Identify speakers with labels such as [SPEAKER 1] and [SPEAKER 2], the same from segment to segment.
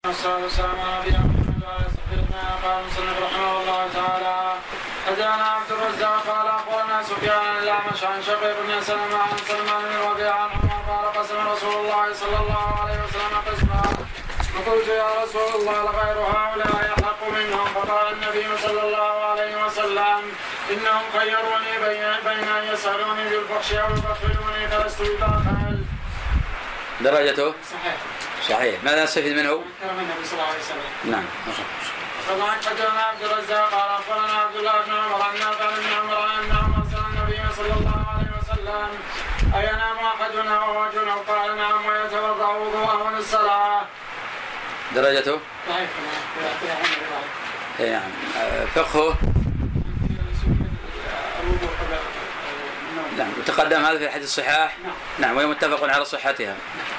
[SPEAKER 1] والسلام على محمد وعلى سيدنا قال مسلم رحمه الله تعالى حدثنا عبد الرزاق قال اخبرنا سفيان الاعمش عن شقيق بن سلمة عن سلمان بن ربيعة عن عمر قال قسم رسول الله صلى الله عليه وسلم قسما فقلت يا رسول الله لغير هؤلاء يحق منهم فقال النبي صلى الله عليه وسلم انهم خيروني بين ان يسالوني بالفحش او يبخلوني فلست بباخل.
[SPEAKER 2] درجته صحيح. ماذا نستفيد منه؟
[SPEAKER 1] كلام النبي صلى الله عليه وسلم.
[SPEAKER 2] نعم.
[SPEAKER 1] طبعا حدثنا عبد الرزاق قال اخبرنا عبد الله بن عمر عن نافع بن عمر عن عمر سأل النبي صلى الله عليه وسلم اينام احدنا وهو جنب قال نعم ويتوضا وضوءه للصلاه.
[SPEAKER 2] درجته
[SPEAKER 1] ضعيف.
[SPEAKER 2] نعم. فقهه نعم. وتقدم هذا في حديث الصحاح. نعم. وهي متفق على صحتها.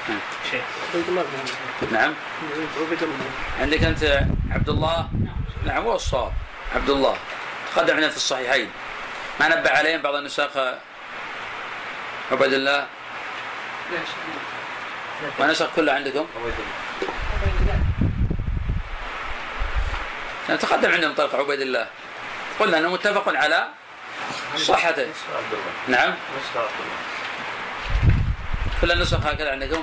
[SPEAKER 2] نعم. عندك أنت عبد الله. نعم هو الصواب عبد الله تقدم عندنا في الصحيحين. ما نبه عليهم بعض النساخ عبد الله ونسخ كله عندكم. تقدم عندنا طريق عبيد الله قلنا أنه متفق على صحته. نعم. كل النسخ هكذا عندكم.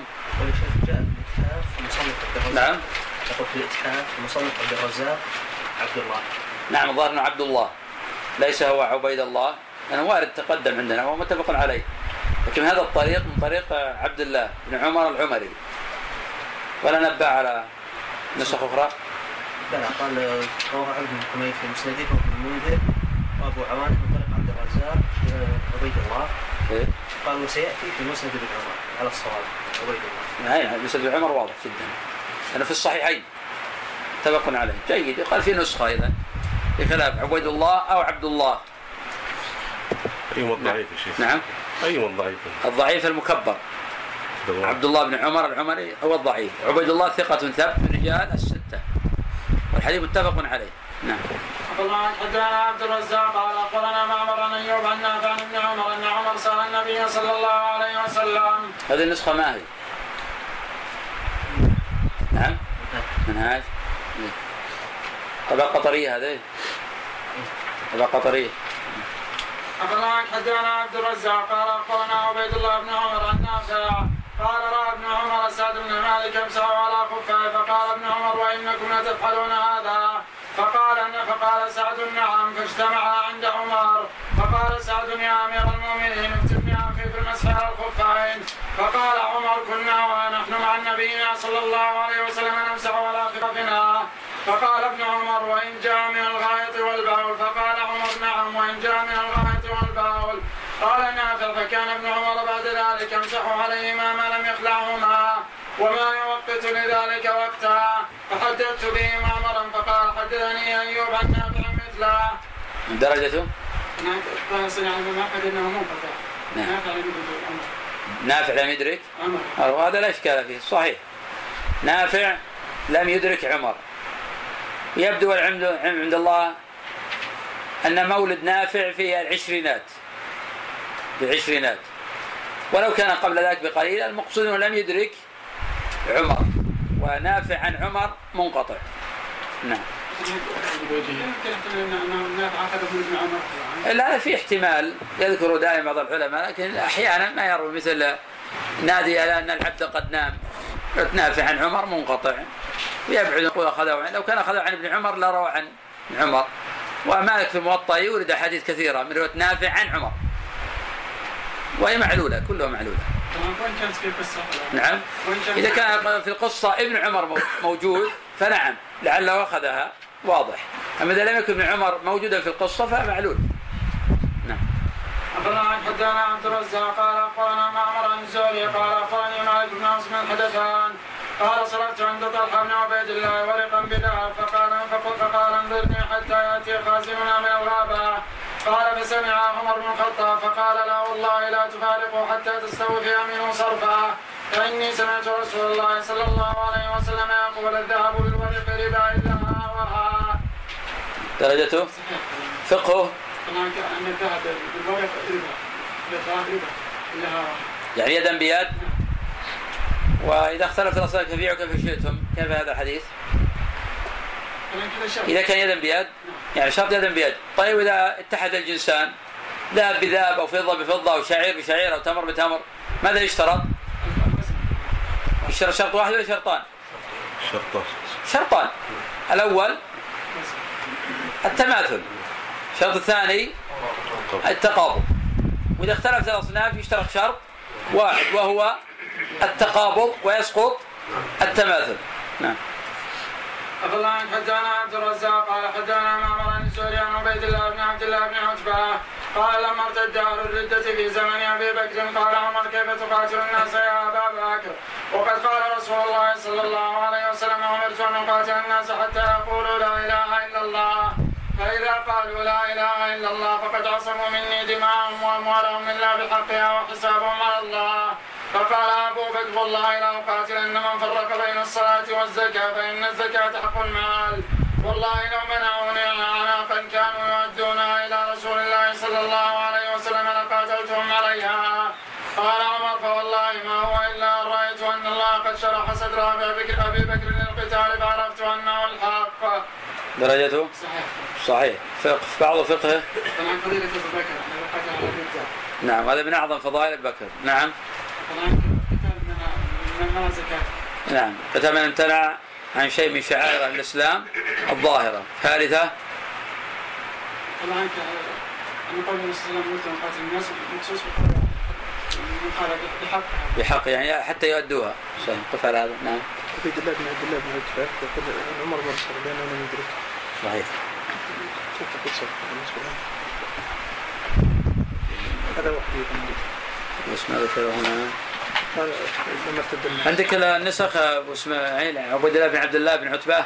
[SPEAKER 2] نعم.
[SPEAKER 3] يقول في الإتحاف المصنف عبد الرزاق عبد الله.
[SPEAKER 2] نعم الظاهر أنه عبد الله ليس هو عبيد الله لأنه وارد تقدم عندنا وهو متفق عليه. لكن هذا الطريق من طريق عبد الله بن عمر العمري. ولا نبع على نسخ أخرى.
[SPEAKER 3] لا قال رواه عنه حميد في مسنده وابن المنذر وأبو عوان من طريق عبد الرزاق عبيد الله. قال وسيأتي في مسند بن عمر على الصواب عبيد الله.
[SPEAKER 2] نعم مسند بن عمر واضح جدا. أنا في الصحيحين اتفق عليه جيد. قال في نسخة إذا بخلاف عبيد الله أو عبد الله.
[SPEAKER 4] أيوة الضعيف يا شيخ.
[SPEAKER 2] نعم.
[SPEAKER 4] أيوة الضعيف.
[SPEAKER 2] الضعيف المكبر. عبد الله بن عمر العمري هو الضعيف. عبيد الله ثقة ثبت من رجال الستة والحديث متفق عليه. نعم.
[SPEAKER 1] حدثنا عبد الرزاق قال اخبرنا معمر عن ايوب عن نافع بن عمر ان عمر سأل النبي صلى الله عليه وسلم.
[SPEAKER 2] هذه النسخة ما هي؟ نعم. منهاج. طبعا قطرية هذه. طبعا قطرية.
[SPEAKER 1] حدثنا عبد الرزاق قال اخبرنا عبيد الله بن عمر عن نافع قال راى ابن عمر سعد بن مالك يمسح على خفه فقال ابن عمر وانكم لتفعلون هذا فقال سعد نعم فاجتمعا عند عمر فقال سعد يا امير المؤمنين افتني اخي في المسح على الخفين فقال عمر كنا ونحن مع النبي صلى الله عليه وسلم نمسح على خفافنا فقال ابن عمر وان جاء من الغائط والبول فقال عمر نعم وان جاء من الغائط والبول قال نافع فكان ابن عمر بعد ذلك يمسح عليهما ما لم يخلعهما وما يوقت لذلك وقتا فحدثت به معمرا فقال حدثني ايوب عن نافع مثله.
[SPEAKER 2] درجته؟ نافع لم يدرك وهذا لا اشكال فيه صحيح. نافع لم يدرك عمر. يبدو عند الله أن مولد نافع في العشرينات ولو كان قبل ذلك بقليل. المقصود أنه لم يدرك عمر ونافع عن عمر منقطع. نعم. لا في احتمال يذكر دائما بعض العلماء لكن أحيانا ما يروي مثل نادي على أن العبد قد نام. نافع عن عمر منقطع ويبعد يقول أخذه عن لو كان أخذه عن ابن عمر لا روى عن عمر. ومالك في الموطأ يورد أحاديث كثيرة من رواية نافع عن عمر وهي معلولة كلها معلولة. نعم. إذا كان في القصة ابن عمر موجود فنعم لعله أخذها واضح. أما إذا لم يكن ابن عمر موجودا في القصة فمعلول. نعم.
[SPEAKER 1] حدثنا عبد الرزاق قال أخبرنا معمر عن الزهري قال أخبرني مالك بن أنس من حدثان قال صلت عند طلحة بن عبيد الله ورقا بذهب فقال انظرني حتى يأتي خازننا من الغابة قال فسمع عمر بن الخطاب فقال لا والله لا تفارقوا حتى تستوفي منه صرفا فإني سمعت رسول الله صلى الله عليه وسلم يقول الذهب بالورق ربا إلا هاوها.
[SPEAKER 2] درجته فقهه
[SPEAKER 1] أن الذهب بالورق ربا إلا هاوها
[SPEAKER 2] يعني يدا بيد وإذا اختلف الأصناف فبيعوا كيف شئتم، كيف هذا الحديث؟ إذا كان يدا بيد يعني شرط يدا بيد. طيب إذا اتحد الجنسان ذهب بذهب أو فضة بفضة أو شعير بشعير أو تمر بتمر، ماذا يشترط؟ يشترط شرط واحد ولا شرطان؟ شرطان. الأول التماثل، الشرط الثاني التقابض. وإذا اختلفت الأصناف يشترط شرط واحد وهو التقابض ويسقط التماثل. نعم.
[SPEAKER 1] أفضل عن حدثنا عبد الرزاق قال حدثنا معمر عن الزهري عن عبيد الله بن عبد الله بن عتبة قال لما ارتد أهل الردة في زمن أبي بكر قال عمر كيف تقاتل الناس يا أبا بكر وقد قال رسول الله صلى الله عليه وسلم أمرت أن أقاتل الناس حتى يقولوا لا إله إلا الله فإذا قالوا لا إله إلا الله فقد عصموا مني دماءهم وأموالهم إلا بحقها وحسابهم على الله. فقال أبو بكر والله لا أقاتلن من فرق بين الصلاة والزكاة فإن الزكاة حق المال والله لو منعوني أعناقا كانوا يؤدونها إلى رسول الله صلى الله عليه وسلم لقاتلتهم عليها. قال عمر فوالله ما هو إلا أن رأيت أن الله قد شرح صدر أبي بكر للقتال فعرفت أنه الحق.
[SPEAKER 2] درجته صحيح. فقه في بعض فقهه
[SPEAKER 1] عن فضيلة أبي بكر.
[SPEAKER 2] نعم هذا من أعظم فضائل أبي بكر. نعم. نعم قتال من امتنع عن شيء من شعائر الإسلام الظاهرة. ثالثة بحق يعني حتى يؤدوها. صحيح. قف على هذا. نعم.
[SPEAKER 5] في عبد الله بن عتبة يقول عمر مرسل لأنه لم يدرك.
[SPEAKER 2] صحيح.
[SPEAKER 5] هذا وحدي.
[SPEAKER 2] اسمه ذكره هنا. عندك النسخ اسماعيل عبد الله بن عبد الله بن عتبة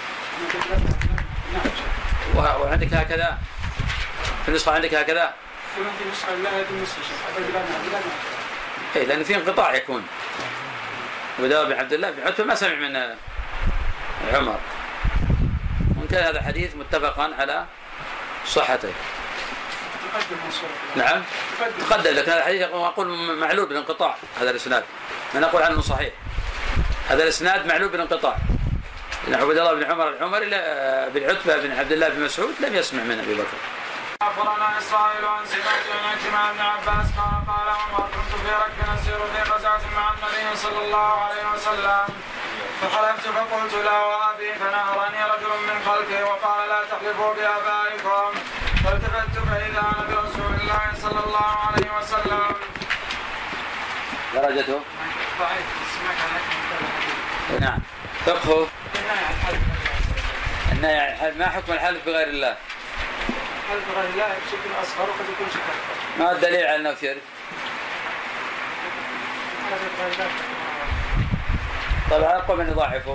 [SPEAKER 2] وعندك هكذا في النسخة عندك هكذا. إيه لأن في انقطاع يكون. عبد الله بن عبد الله بن عتبة ما سمع من عمر وإن كان هذا حديث متفقا على صحته. نعم تقدم لكن هذا الحديث أقول معلول بالانقطاع. هذا الإسناد أنا أقول عنه صحيح. هذا الإسناد معلول بالانقطاع. إن عبد الله بن عمر العمري بن عتبة بن عبد الله بن مسعود لم يسمع من أبي بكر.
[SPEAKER 1] أخبرنا إسرائيل عن سماك عن عكرمة بن عباس قال عمر كنت في ركب نسير في غزاة مع النبي صلى الله عليه وسلم فحلفت فقلت لا وأبي فنهرني رجل من خلفي وقال لا تحلفوا بآبائكم فالتفت فإذا أنا برسول الله صلى الله عليه وسلم.
[SPEAKER 2] درجته نعم. فقهه النهي عن الحلف. ما حكم الحلف بغير الله؟
[SPEAKER 1] الحلف بغير الله شرك أصغر وقد يكون شرك أكبر.
[SPEAKER 2] ما الدليل على أنه شرك؟ طبعا أقوى من يضاعفه.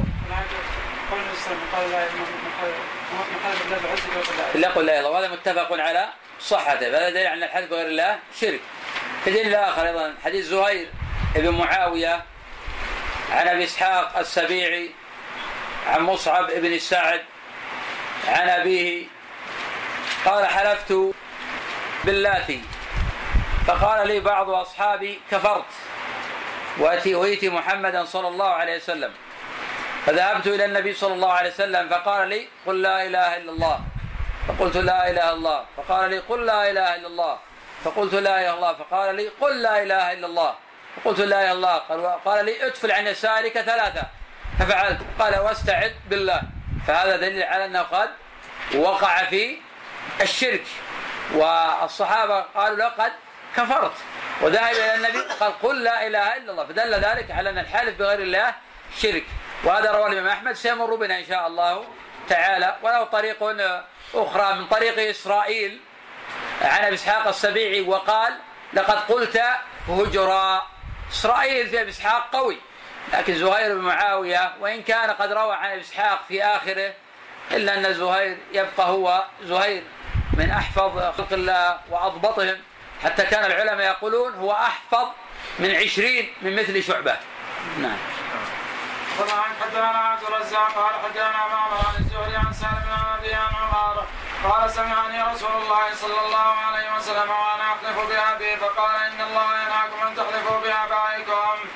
[SPEAKER 2] إلا قل لا إله وهذا متفق على صحته فهذا دليل على الحلف بغير الله شرك. الدليل الآخر أيضا حديث زهير ابن معاوية عن أبي إسحاق السبيعي عن مصعب ابن سعد عن أبيه قال حلفت باللات فقال لي بعض أصحابي كفرت وأتيت محمدا صلى الله عليه وسلم فذهبت إلى النبي صلى الله عليه وسلم فقال لي قل لا إله إلا الله فقلت لا إله إلا الله فقال لي قل لا إله إلا الله فقلت لا إله إلا الله فقال لي قل لا إله إلا الله فقلت لا إله إلا الله قال لي ادفل عن يسارك ثلاثة ففعلت قال واستعذ بالله. فهذا دليل على أنه قد وقع في الشرك والصحابة قالوا له قد كفرت وذهب إلى النبي قال قل لا إله إلا الله فدل ذلك على أن الحلف بغير الله شرك. وهذا رواه الإمام أحمد سيمر بنا إن شاء الله تعالى. وله طريق أخرى من طريق إسرائيل عن أبي إسحاق السبيعي وقال لقد قلت هجرا. إسرائيل في أبي إسحاق قوي لكن زهير بن معاوية وإن كان قد روى عن أبي إسحاق في آخره إلا أن زهير يبقى هو زهير من أحفظ خلق الله وأضبطهم حتى كان العلماء يقولون هو أحفظ من 20 من مثل شعبة. نعم.
[SPEAKER 1] طبعا حدثنا عبد الرزاق قال حدثنا معمر عن الزهري عن سالم بن ابي عن عمر قال سمعني رسول الله صلى الله عليه وسلم وانا احلف بابي فقال ان الله ينهاكم ان تحلفوا بابائكم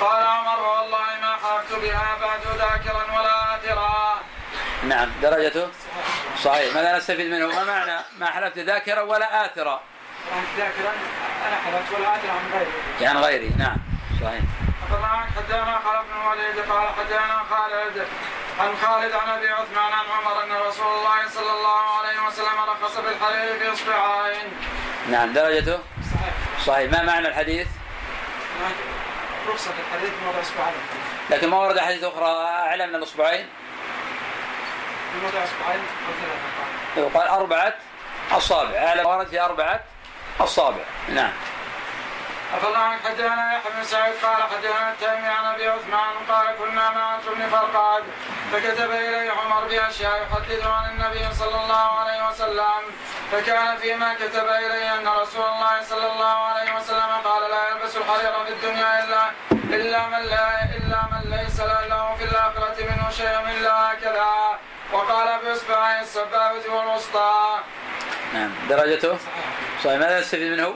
[SPEAKER 1] قال عمر والله ما حلفت بها بعد ذاكرا ولا آثرا.
[SPEAKER 2] نعم درجته صحيح. ماذا نستفيد منه؟ ما معنى ما حلفت ذاكرا ولا آثرا؟
[SPEAKER 1] ذاكرا أنا حلفت ولا آثرا عن غيري.
[SPEAKER 2] يعني غيري. نعم صحيح.
[SPEAKER 1] حدثنا خالد بن الوليد قال حدثنا خالد عن خالد عن ابي عثمان عن عمر ان رسول الله صلى الله عليه وسلم رخص بالحرير في اصبعين.
[SPEAKER 2] نعم درجته صحيح. ما معنى الحديث؟
[SPEAKER 1] رخصة الحرير في موضع اصبعين.
[SPEAKER 2] لكن ما ورد حديث اخرى اعلى من الاصبعين؟
[SPEAKER 1] في موضع اصبعين او 3
[SPEAKER 2] يقال 4 أصابع. اعلى ورد في 4 أصابع. نعم.
[SPEAKER 1] أفضل عنك حدثنا يحيى بن سعيد قال حدثنا التيمي عن ابي عثمان قال كنا مع بن فرقاد فكتب اليه عمر باشياء يحدث عن النبي صلى الله عليه وسلم فكان فيما كتب اليه ان رسول الله صلى الله عليه وسلم قال لا يلبس الحرير في الدنيا الا من ليس له في الاخره منه شيء الا هكذا. وقال باصبعين السبابه والوسطى.
[SPEAKER 2] نعم درجته صحيح. ماذا نستفيد منه؟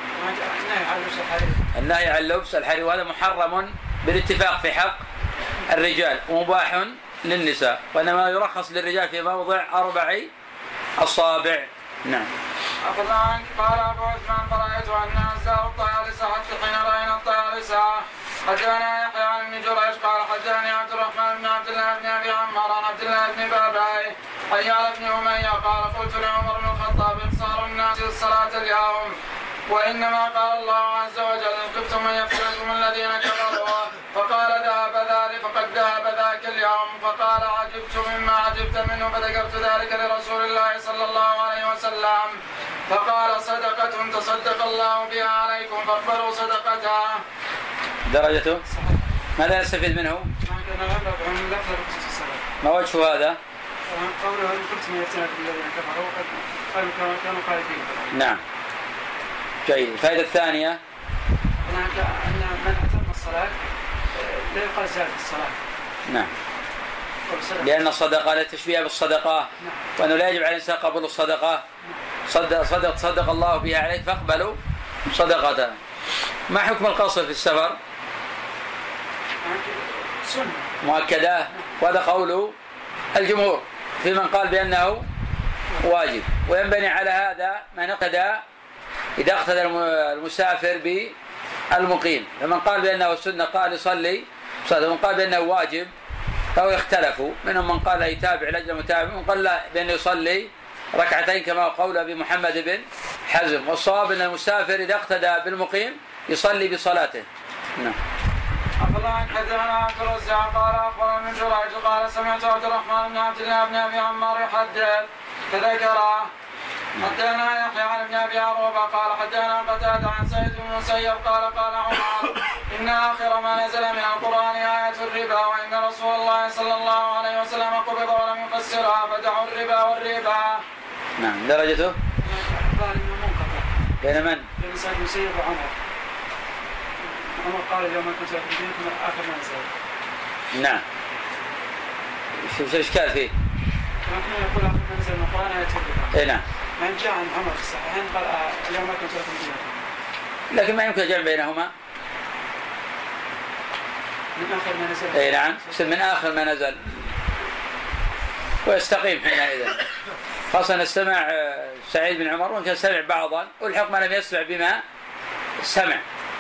[SPEAKER 2] النهي عن لبس الحرير، وهذا محرم بالاتفاق في حق الرجال ومباح للنساء، وإنما يرخص للرجال في موضع 4 أصابع. نعم.
[SPEAKER 1] أفضل عنك قال أبو عثمان فرأيت أن أزدار الطيالسة حتى حين رأينا الطيالسة. حدثنا يحيى عن ابن جريج قال حدثني عبد الرحمن بن عبد الله بن أبي عمار عن عبد الله بن باباي حيال بن أمية قال قلت لعمر بن الخطاب اقصار الناس الصلاة اليوم وإنما قال الله عز وجل إن خفتم أن يفتنكم الذين كفروا فقال ذهب ذلك فقد ذهب ذاك اليوم. فقال عجبت مما عجبت منه فذكرت ذلك لرسول الله صلى الله عليه وسلم فقال صدقة تصدق الله بها عليكم فاقبلوا صدقتها.
[SPEAKER 2] درجته ماذا نستفيد منه؟ ما وجه هذا؟
[SPEAKER 1] قوله إن خفتم أن يفتنكم الذين كفروا كانوا خالدين.
[SPEAKER 2] نعم جيد. الفائدة الثانية
[SPEAKER 1] أن من أتم الصلاة لا يقال زاد الصلاة.
[SPEAKER 2] نعم. لأن الصدقة لا تشبيه بالصدقة، وأنه لا يجب على الإنسان قبول الصدقة. صدق الله بها عليك فاقبلوا صدقتنا. ما حكم القصر في السفر؟
[SPEAKER 1] سنة
[SPEAKER 2] مؤكدة، وهذا قول الجمهور في من قال بأنه واجب. وينبني على هذا من اقتدى إذا اقتدى المسافر بالمقيم، فمن قال بأنه السنة قال يصلي صلاة، ومن قال بأنه واجب فهو يختلفوا، منهم من قال يتابع لأجل متابع، ومن قال لا بأنه يصلي ركعتين كما قول أبي محمد بن حزم. والصواب أن المسافر إذا اقتدى بالمقيم يصلي بصلاته. نعم.
[SPEAKER 1] أخبرنا عن حدثنا عبد الرزاق قال أخبرنا من جريج قال سمعت عبد الرحمن بن عبد الله بن أبي عمار يحدث فذكره. حدثنا يحيى عن ابن ابي عروبه قال حدثنا قتاده عن سعيد بن المسيب قال عمر ان اخر ما نزل من القران ايه الربا وان رسول الله صلى الله عليه وسلم قبض ولم يفسرها فدعوا الربا والربا.
[SPEAKER 2] نعم. درجته بين من؟
[SPEAKER 1] بين سعيد بن المسيب وعمر. عمر قال اليوم كنت في دينكم اخر ما نزل.
[SPEAKER 2] نعم. شو الاشكال فيه؟
[SPEAKER 1] ممكن يقول اخر ما نزل من القران ايه الربا.
[SPEAKER 2] نعم.
[SPEAKER 1] من جاء عن عمر في الصحيحين قال اليوم كنت لكم دينكم.
[SPEAKER 2] لكن ما يمكن الجمع بينهما.
[SPEAKER 1] من آخر ما نزل.
[SPEAKER 2] اي نعم من آخر ما نزل ويستقيم حينئذ، خاصة نستمع سعيد بن عمر وإن سمع بعضا والحق ما لم يسمع بما سمع.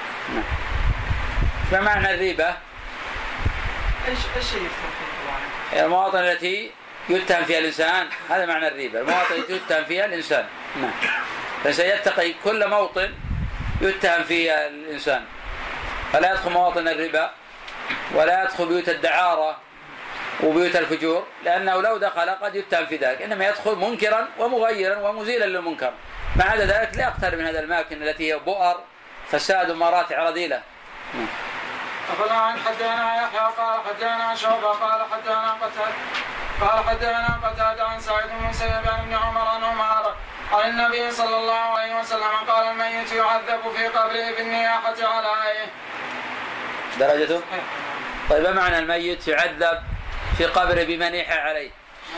[SPEAKER 2] ما معنى الريبة؟
[SPEAKER 1] ايش الشيء يفهم فيه؟
[SPEAKER 2] المواطن التي يتهم فيها الإنسان، هذا معنى الريبة، المواطن التي يتهم فيها الإنسان. نعم. فسيتقي كل موطن يتهم فيها الإنسان، فلا يدخل مواطن الربا ولا يدخل بيوت الدعارة وبيوت الفجور، لأنه لو دخل قد يتهم في ذلك، إنما يدخل منكرا ومغيرا ومزيلا للمنكر. ما عدا ذلك لا يقترب من هذا الأماكن التي هي بؤر فساد ومراتع رذيلة.
[SPEAKER 1] أخبرنا عن حدثنا يحيى قال حدثنا شعبة قال حدثنا قتادة عن سعيد بن المسيب عن ابن عمر عن عمر عن النبي صلى الله عليه وسلم قال الميت يعذب في قبره بالنياحة عليه.
[SPEAKER 2] درجته؟ طيب ما معنى الميت يعذب في قبره بمنيحة عليه؟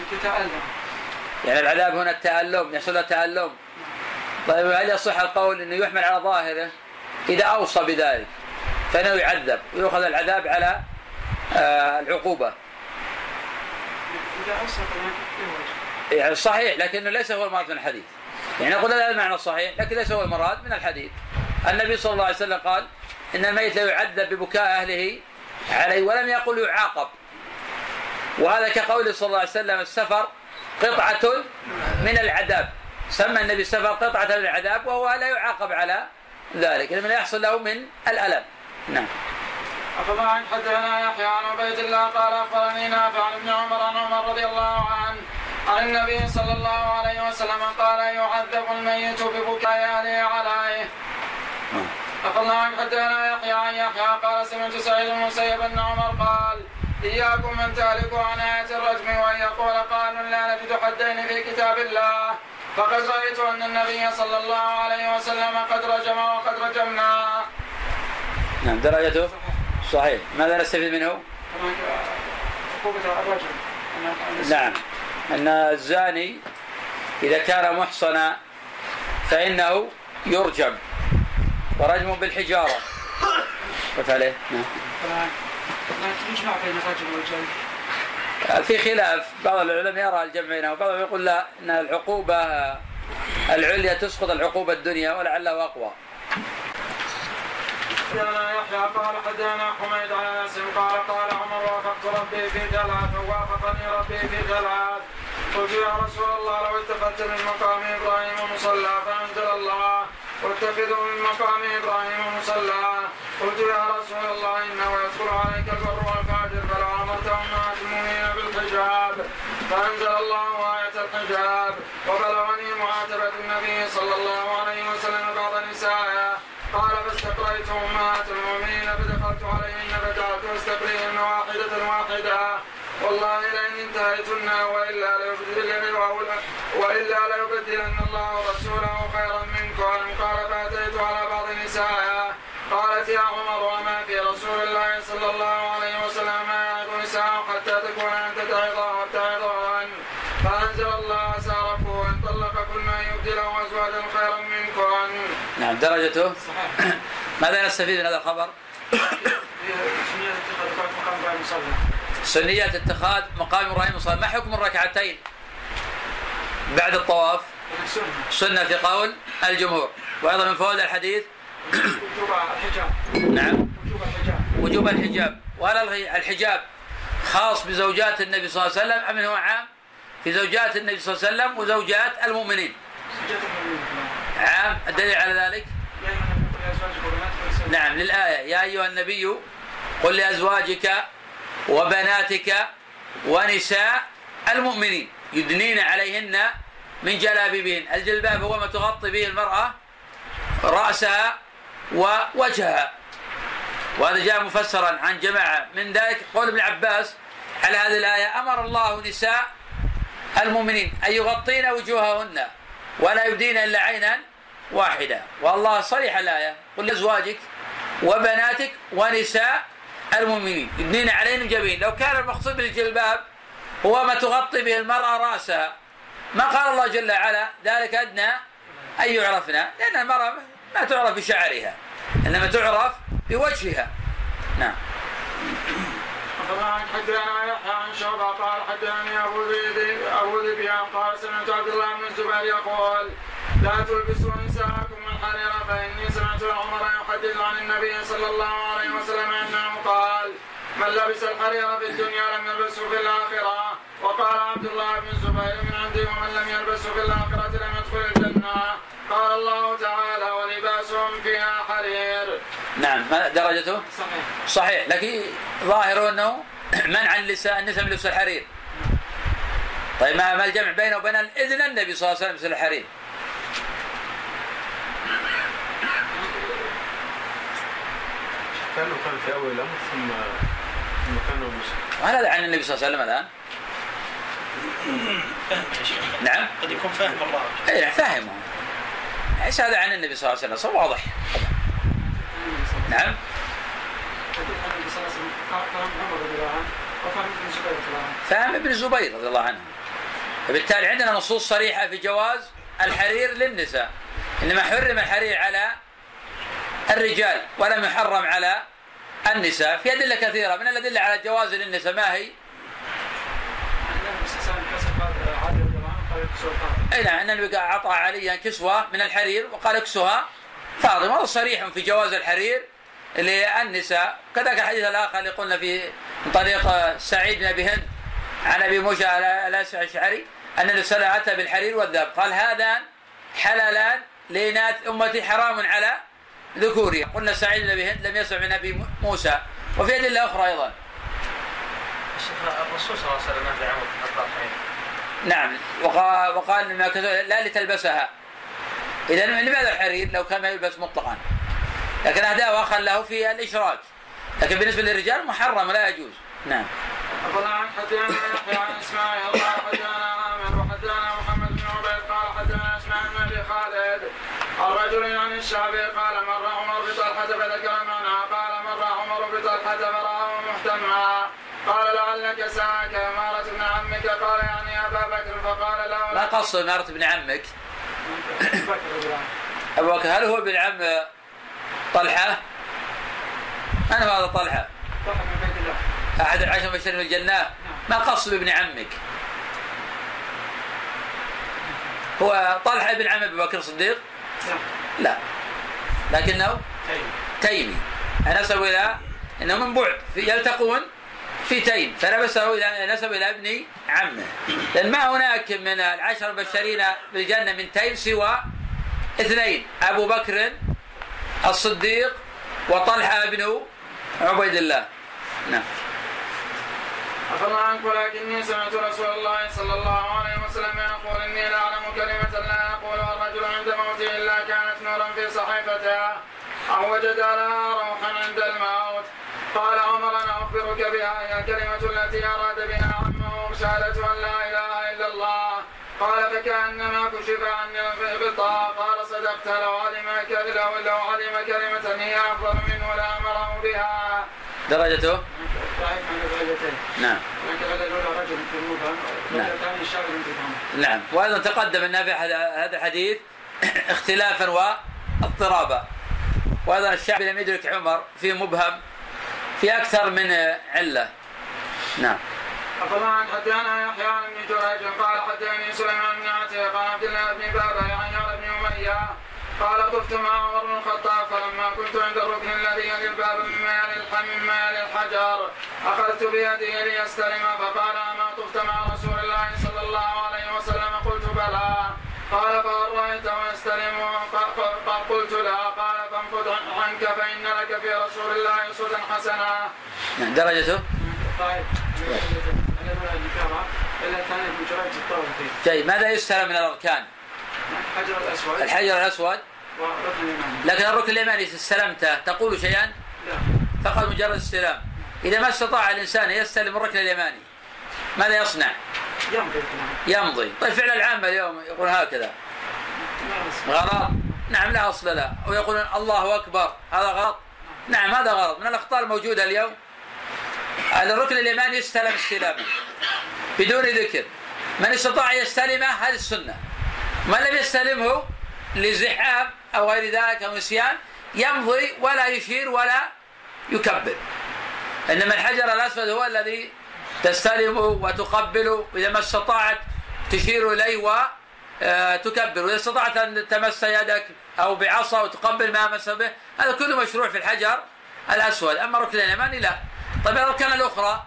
[SPEAKER 2] يعني العذاب هنا التألم، يحصل له تألم. طيب هل يصح القول انه يحمل على ظاهره اذا اوصى بذلك؟ فإنه يعذب ويأخذ العذاب على العقوبة. يعني صحيح، لكنه ليس هو المراد من الحديث. يعني نقول هذا المعنى الصحيح، لكن ليس هو المراد من الحديث. النبي صلى الله عليه وسلم قال إن الميت لا يعذب ببكاء أهله عليه، ولم يقل يعاقب. وهذا كقوله صلى الله عليه وسلم السفر قطعة من العذاب، سمى النبي السفر قطعة من العذاب، وهو لا يعاقب على ذلك لما يحصل له من الألم. نعم.
[SPEAKER 1] أخبرنا حدثنا يحيى عن عبيد الله قال أخبرني نافع عن ابن عمر عن عمر رضي الله عنه عن النبي صلى الله عليه وسلم قال يعذب الميت ببكاء أهله عليه. أخبرنا حدثنا يحيى عن يحيى قال سمعت سعيد بن المسيب أن عمر قال إياكم من تهلكوا عن آية الرجم وأن يقول قال لا نجد حدين في كتاب الله، فقد رأيت أن النبي صلى الله عليه وسلم قد رجم وقد رجمنا.
[SPEAKER 2] نعم درجته صحيح. ماذا نستفيد منه؟ نعم أن الزاني إذا كان محصنا فإنه يرجم ورجم بالحجارة. وفعله نعم.
[SPEAKER 1] يجمع بين الرجم والجلد.
[SPEAKER 2] في خلاف، بعض العلماء يرى الجمع بينه، وبعضهم يقول لا، أن العقوبة العليا تسقط العقوبة الدنيا ولعله أقوى.
[SPEAKER 1] حدثنا يحيى قال حدثنا حميد عن انس قال قال عمر وافقت ربي في ثلاث ووافقني ربي في ثلاث. قلت يا رسول الله لو اتخذت من مقام ابراهيم مصلى فانزل الله واتخذوا من مقام ابراهيم مصلى. قلت يا رسول الله انه يدخل عليك البر والفاجر فلا امرت امهات المؤمنين بالحجاب، فانزل الله آية الحجاب. وبلغني معاتبة النبي صلى الله عليه وسلم بعض نسائه قال فاستقريت أمهات المؤمنين فدخلت عليهن فجعلت استقريهن واحدة والله لئن انتهيتن وإلا ليبدلن الله ورسوله خيرا منكم. قال فأتيت على بعض نسائها قالت يا عمر وما في رسول الله صلى الله عليه وسلم ما يعظ نساء حتى تكون أنت تعظهن، فأنزل الله سارفوا إن طلقكن أن يبدله أزواجا خيرا منكم.
[SPEAKER 2] نعم درجته صحيح. ماذا نستفيد من هذا الخبر؟ سنيات اتخاذ مقام إبراهيم مصلى. ما حكم الركعتين بعد الطواف؟ سنة في قول الجمهور. وأيضا من فوائد الحديث نعم وجوب الحجاب. وهل الحجاب خاص بزوجات النبي صلى الله عليه وسلم أم هو عام في زوجات النبي صلى الله عليه وسلم وزوجات المؤمنين؟ عام. الدليل على ذلك نعم للآية يا أيها النبي قل لأزواجك وبناتك ونساء المؤمنين يدنين عليهن من جلابيبهن. الجلباب هو ما تغطي به المرأة رأسها ووجهها، وهذا جاء مفسرا عن جماعة من ذلك قول ابن عباس على هذه الآية أمر الله نساء المؤمنين أن يغطين وجوههن ولا يبدين إلا عينا واحدة. والله صريح الآية قل لأزواجك وبناتك ونساء المؤمنين يدنين عليهن جبين. لو كان المقصود بالجلباب هو ما تغطي به المرأة رأسها ما قال الله جل وعلا ذلك أدنى أن يعرفنا، لأن المرأة ما تعرف بشعرها إنما تعرف بوجهها. نعم.
[SPEAKER 1] حدثنا يحيى عن شعبة قال حدثني أبو ذبيان قال سمعت عبد الله بن الزبير يقول لا تلبسوا نساءكم الحرير فإني سمعت عمر يحدث عن النبي صلى الله عليه وسلم أنه قال من لبس الحرير في الدنيا لم يلبسه في الآخرة. وقال عبد الله بن الزبير من عندي ومن لم يلبسه في الآخرة لم يدخل الجنة. قال الله تعالى ولباسهم فيها حرير.
[SPEAKER 2] نعم درجته صحيح لكن ظاهره أنه منع النساء من لبس الحرير. طيب ما الجمع بينه وبين إذن النبي صلى الله عليه وسلم لبس الحرير؟
[SPEAKER 4] كان في أول الأمر ثم كان مسلم.
[SPEAKER 2] وهل هذا عن النبي صلى الله عليه وسلم الآن؟ نعم
[SPEAKER 6] قد يكون فاهم الله.
[SPEAKER 2] إيه فاهمه. ليس هذا عن النبي صلى الله عليه وسلم واضح. نعم. فهم ابن الزبير رضي الله عنه. وبالتالي عندنا نصوص صريحة في جواز الحرير للنساء، إنما حرم الحرير على الرجال ولم يحرم على النساء في أدلة كثيرة. من الأدلة على جواز للنساء ما هي؟ أي نعم، أن النبي أعطى عليا كسوة من الحرير وقال اكسوها فاطمة. هذا صريح في جواز الحرير للنساء. كذلك الحديث الآخر اللي قلنا في من طريق سعيد بن أبي هند عن أبي موسى الأشعري أن النبي صلى الله عليه وسلم أتى بالحرير والذهب قال هذان حلالان لإناث أمتي حرام على ذكورها. قلنا سعيد بن أبي هند لم يسمع من أبي موسى. وفي أدلة أخرى أيضا.
[SPEAKER 3] الرسول صلى الله عليه وسلم في عمر الحرير.
[SPEAKER 2] نعم، وقال لا لتلبسها. إذا لماذا الحرير لو كان يلبس مطلقا؟ لكن أهداه أخا له في الإشراك، لكن بالنسبة للرجال محرم لا يجوز. نعم.
[SPEAKER 1] أخبرنا عن حدثنا يحيى عن إسماعيل قال حدثنا عامر وحدثنا محمد بن عبيد قال حدثنا إسماعيل بن أبي خالد عن رجل عن الشعبي قال مر عمر بطلحة فذكر معنى قال مر عمر بطلحة فرآه محتملا قال لعلك ساك إمارة ابن عمك قال يعني أبا بكر فقال له
[SPEAKER 2] ما قصد إمارة ابن عمك؟ أبو بكر هل هو ابن عم طلحة؟ من هو هذا طلحة؟
[SPEAKER 1] طلحة بن عبيد الله
[SPEAKER 2] أحد العشر مبشرين بالجنة. ما قصد ابن عمك؟ هو طلحة ابن عم أبي بكر الصديق؟ لا، لكنه تيمي. نسب إلى إنه من بعد يلتقون في تيم فلبسه نسب إلى ابن عمه. لأن ما هناك من العشر المبشرين بالجنة من تيم سوى اثنين، أبو بكر الصديق وطلحة بن عبيد الله. نعم.
[SPEAKER 1] أخبرنا عنك ولكني سمعت رسول الله صلى الله عليه وسلم يقول إني لأعلم كلمة لا يقولها الرجل عند موته إلا كانت نورا في صحيفته أو وجد لها روحا عند الموت. قال عمر أنا أخبرك بها هي الكلمة التي أراد بها عمه شهادة أن لا إله إلا الله. قال فكأنما كشف عني الغطاء. قال صدقت لو علم كلمة هي أفضل منه لأمره بها.
[SPEAKER 2] درجته؟ نعم. نعم. وأيضا تقدم أن في هذا الحديث اختلافا واضطرابا. وأيضا الشعبي لم يدرك عمر في مبهم في أكثر من علة. نعم.
[SPEAKER 1] أخبرنا عن حدثنا يحيى بن جريج قال حدثني سليمان بن عتيق قال عبد الله بن بابا عن يحيى بن أمية قال طفت مع عمر بن الخطاب فلما كنت عند الركن الذي يلي الباب مما يلي الحجر أخذت بيده ليستلم فقال أما طفت مع رسول الله صلى الله عليه وسلم؟ قلت بلى. قال فهل رأيته يستلم؟ قلت لا. قال فانفض عنك فإن لك في رسول الله أسوة حسنة.
[SPEAKER 2] درجته؟
[SPEAKER 1] طيب.
[SPEAKER 2] طيب ماذا يستلم من الأركان؟ الحجر الأسود لكن الركن اليماني استلمته تقول شيئا؟ لا، فقط مجرد استلام. إذا ما استطاع الإنسان يستلم الركن اليماني ماذا يصنع؟ يمضي. طيب فعل العامة اليوم يقول هكذا غلط. نعم لا أصل له. ويقولون الله أكبر هذا غلط. نعم هذا غلط. من الأخطاء الموجودة اليوم الركن اليماني يستلم استلاما بدون ذكر. من استطاع يستلمه هذه السنة. من لم يستلمه لزحام أو غير ذلك أو نسيان يمضي ولا يشير ولا يكبر. إنما الحجر الأسود هو الذي تستلمه وتقبله، وإذا ما استطاعت تشير إليه وتكبر، وإذا استطاعت أن تمس يدك أو بعصا وتقبل ما مس به، هذا كله مشروع في الحجر الأسود. أما ركن اليماني لا. طيب الأركان الأخرى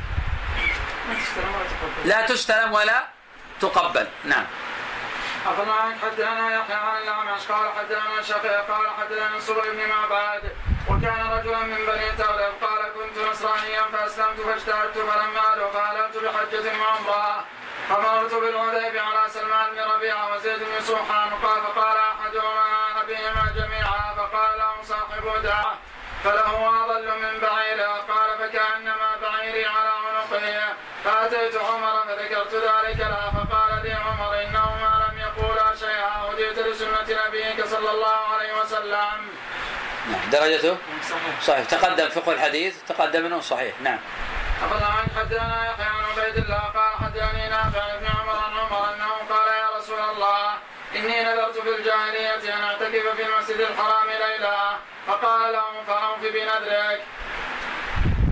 [SPEAKER 2] لا تستلم ولا تقبل. نعم.
[SPEAKER 1] أخبرنا عنك حدثنا يحيى عن الأعمش قال حدثنا شقيق قال حدثنا نصر بن معبد وكان رجلا من بني تغلب قال كنت نصرانيا فأسلمت فاجتهدت فلما أدعو فأهللت بحجة وعمرة فمررت بالحديبية على سلمان بن ربيعة وزيد بن سوحان فقال أحدهما أبيهما جميعا فقال له صاحب دعوة فله أضل من بعير. قال فكأنما بعيري على عنقه. فأتيت عمر فذكرت ذلك له فقال لي عمر إنهما لم يقولا شيئا هديت لسنة نبيك صلى الله عليه وسلم.
[SPEAKER 2] درجته صحيح. تقدم فقه الحديث تقدم منه صحيح. نعم.
[SPEAKER 1] أخبرنا عن حدثنا يحيى عن عبيد الله قال حدثني نافع بن عمر عن عمر أنه قال يا رسول الله إني نذرت في الجاهلية أن أعتكف في المسجد الحرام ليلة. فقال له فأوف بنذرك.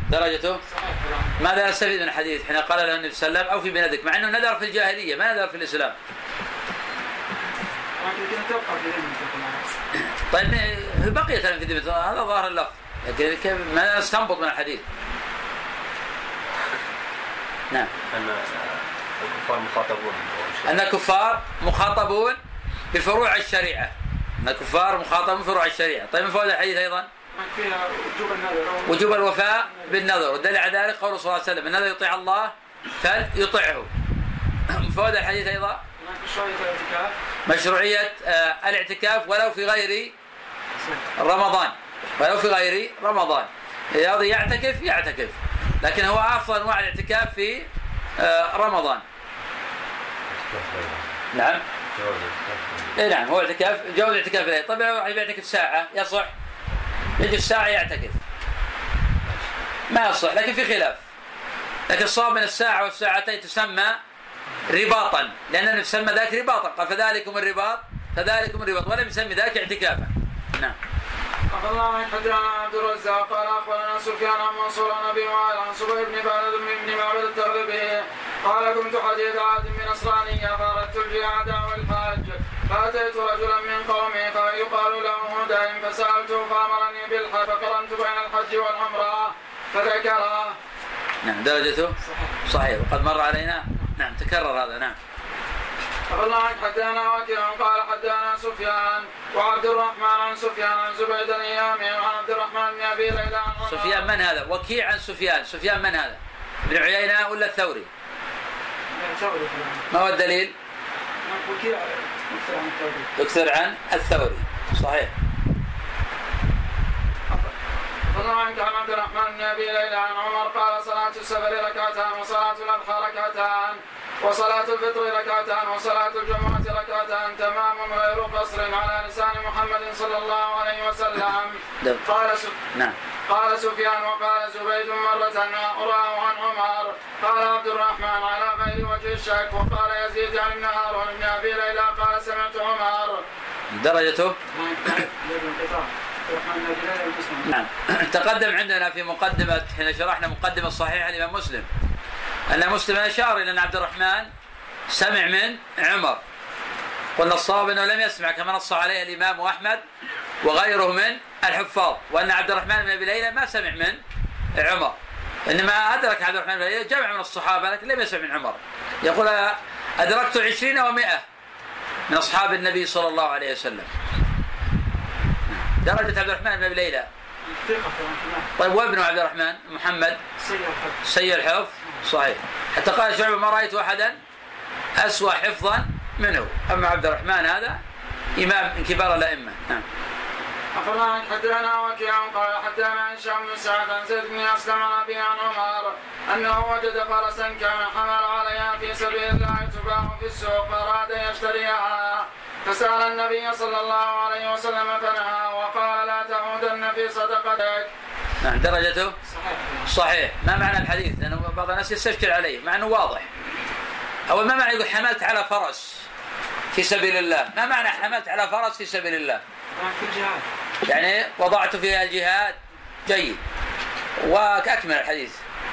[SPEAKER 2] درجته ماذا نستفيد من الحديث حين قال له النبي صلى الله عليه وسلم أوفي بنذرك، مع أنه نذر في الجاهلية ما نذر في الإسلام. طيب بقي كلام في ذمته، هذا ظاهر اللفظ، لكن كيف ما نستنبط من الحديث؟ نعم.
[SPEAKER 6] أن الكفار مخاطبون.
[SPEAKER 2] أن الكفار مخاطبون بفروع الشريعة. أن الكفار مخاطبون بفروع الشريعة. طيب من فوائد الحديث أيضا وجوب الوفاء بالنذر، والدليل على ذلك قوله صلى الله عليه وسلم النذر يطيع الله فليطيعه. من فوائد الحديث أيضا مشروعية الاعتكاف ولو في غير رمضان، ولو في غير رمضان. إذا يعتكف، لكن هو أفضل أنواع الاعتكاف في رمضان. نعم. إيه نعم، هو اعتكاف جوز الاعتكاف إليه. طبعا يعتكف ساعة يصح، يجي الساعة يعتكف ما يصح، لكن في خلاف. لكن الصواب من الساعة والساعتين تسمى رباطا، لأنه يسمى ذاك رباطا، قال فذلكم الرباط ولم يسمي ذاك اعتكافا. نعم.
[SPEAKER 1] أخبر الله من حدثنا عبد الرزاق قال أخبرنا سفيان عن منصور عن أبي وائل عن صبيح بن معبد التغلبي قال كنت حديث عهد بنصرانية فأردت الجهاد والحج فأتيت رجلا من قومي فيقال له هدى فسألته فأمرني بالحج فقرنت بين الحج والعمرة فذكره.
[SPEAKER 2] نعم درجته صحيح وقد مر علينا. نعم تكرر هذا. نعم.
[SPEAKER 1] الله حدثنا وكيع قال حدثنا سفيان وعبد الرحمن عن سفيان عن زبيد اليامي عن عبد الرحمن بن ابي ليلى.
[SPEAKER 2] سفيان من هذا؟ وكيع عن سفيان من هذا؟ ابن عيينة ولا الثوري؟ ما هو الدليل؟
[SPEAKER 1] وكيع
[SPEAKER 2] يكثر عن الثوري. صحيح.
[SPEAKER 1] عن عبد الرحمن بن ابي ليلى عن عمر قال صلاة السفر ركعتان وصلاة الأضحى ركعتان وصلاة الفطر ركعتان وصلاة الجمعة ركعتان تمام غير قصر على لسان محمد صلى الله عليه وسلم. قال سفيان وقال زبيد مرة أراه عن عمر قال عبد الرحمن على غير وجه الشك. وقال يزيد عن ابن هارون بن ابي ليلى قال سمعت عمر.
[SPEAKER 2] درجته نعم. تقدم عندنا في مقدمة حين شرحنا مقدمة صحيحة لإمام مسلم أن مسلم أشار إلى أن عبد الرحمن سمع من عمر، قلنا الصواب أنه لم يسمع كما نص عليه الإمام أحمد وغيره من الحفاظ، وأن عبد الرحمن بن أبي ليلى ما سمع من عمر، إنما أدرك عبد الرحمن بن أبي ليلى جمع من الصحابة لكن لم يسمع من عمر. يقول أدركت 20 و100 من أصحاب النبي صلى الله عليه وسلم. درجة عبد الرحمن بن أبي ليلى. طيب وابن عبد الرحمن محمد سيء الحفظ. صحيح. حتى قال شعبة ما رأيت أحدا أسوأ حفظا منه، أما عبد الرحمن هذا إمام من كبار الأئمة. نعم.
[SPEAKER 1] أخبرنا حدثنا وكيع قال حدثنا هشام بن سعد عن زيد بن أسلم عن أبي عن عمر أنه وجد فرسا كان حمل عليها في سبيل الله تباع في السوق فأراد يشتريها فسأل النبي صلى الله عليه وسلم فنهى وقال لا تعودن في صدقتك.
[SPEAKER 2] نعم درجته صحيح. ما معنى الحديث؟ لأنه بعض الناس يستشكل عليه مع أنه واضح. أول ما معنى يقول حملت على فرس في سبيل الله؟ ما معنى حملت على فرس في سبيل الله؟
[SPEAKER 1] في الجهاد
[SPEAKER 2] يعني وضعت فيها الجهاد. جيد. وأكمل الحديث.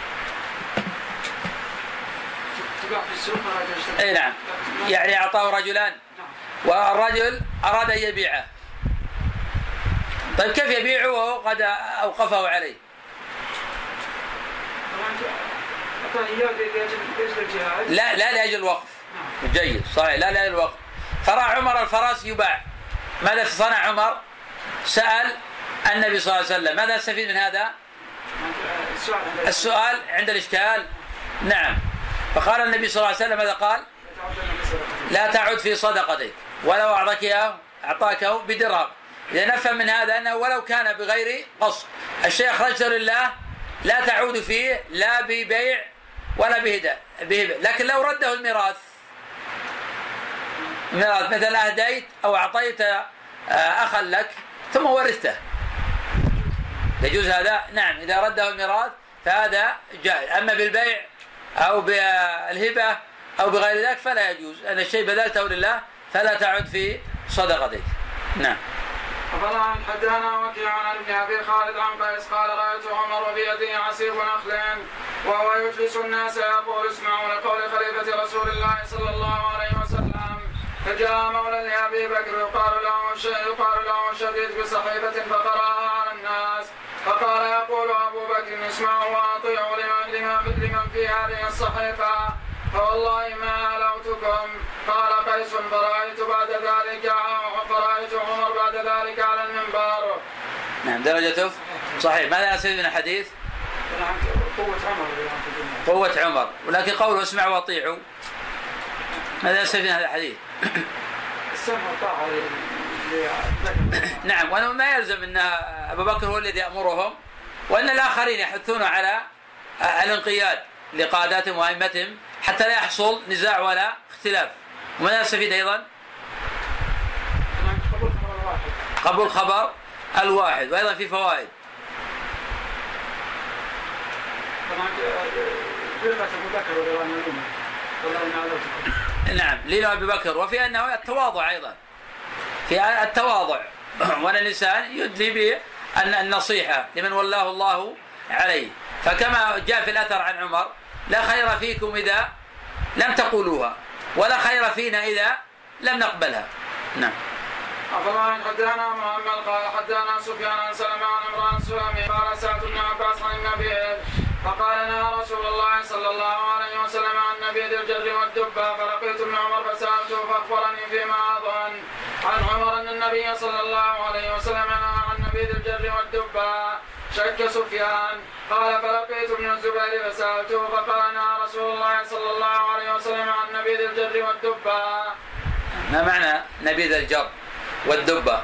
[SPEAKER 2] اي نعم. يعني أعطاه رجلان والرجل أراد أن يبيعه. طيب كيف يبيعه وهو قد أوقفه عليه؟ لا لأجل الوقف. جيد صحيح. لا لأجل الوقف. فرأى عمر الفرس يباع. ماذا صنع عمر؟ سأل النبي صلى الله عليه وسلم. ماذا نستفيد من هذا؟ السؤال عند الإشكال. نعم. فقال النبي صلى الله عليه وسلم ماذا قال؟ لا تعد في صدقتك ولو أعطاكه بدرهم. إذا نفهم من هذا أنه ولو كان بغير قصد الشيء أخرجته لله لا تعود فيه لا ببيع ولا بهبة. لكن لو رده الميراث مثل أهديت أو أعطيت أخا لك ثم ورثته يجوز هذا. نعم إذا رده الميراث فهذا جائز. أما بالبيع أو بالهبة أو بغير ذلك فلا يجوز. أن الشيء بذلته لله فلا تعد في صدقتك. نعم.
[SPEAKER 1] فلان حدثنا وكيع عن ابن ابي خالد عن قيس قال رايت عمر بيده عصير نخل وهو يجلس الناس يقول اسمعوا لقول خليفه رسول الله صلى الله عليه وسلم. فجاء مولى لابي بكر يقال له شديد بصحيفه فقراها على الناس فقال يقول ابو بكر اسمعوا واطيعوا لمن في هذه الصحيفه فوالله ما ألوتكم. قال قيس فرأيت عمر بعد ذلك على المنبر.
[SPEAKER 2] نعم درجته صحيح. ماذا نستفيد من الحديث؟ قوة عمر. ولكن قوله اسمعوا واطيعوا ماذا نستفيد من هذا الحديث؟
[SPEAKER 1] السمع والطاعة.
[SPEAKER 2] نعم. وأنه ما يلزم أن أبو بكر هو الذي يأمرهم وأن الآخرين يحثون على الانقياد لقاداتهم وأئمتهم حتى لا يحصل نزاع ولا اختلاف. وماذا نستفيد أيضا؟ قبول خبر الواحد. وأيضا في فوائد. نعم لين أبي بكر. وفي أنه التواضع أيضا في التواضع وأن الإنسان يدلي به النصيحة لمن ولاه الله عليه. فكما جاء في الأثر عن عمر لا خير فيكم إذا لم تقولوها ولا خير فينا إذا لم نقبلها. نعم.
[SPEAKER 1] أفضل حدثنا محمد قال حدثنا سفيان عن سلمة عن عمران السلمي قال سألت ابن عباس عن النبي فقال نهى رسول الله صلى الله عليه وسلم عن نبيذ الجر والدبة فلقيت ابن عمر فسألته فأخبرني فيما أظن عن عمر أن النبي صلى الله عليه وسلم نهى عن نبيذ الجر والدبة. شك سفيان قال فلقيت ابن الزبير فسألته فقال نهى رسول الله صلى الله عليه وسلم عن نبيذ الجر والدبة.
[SPEAKER 2] ما معنى نبيذ الجر والدبة؟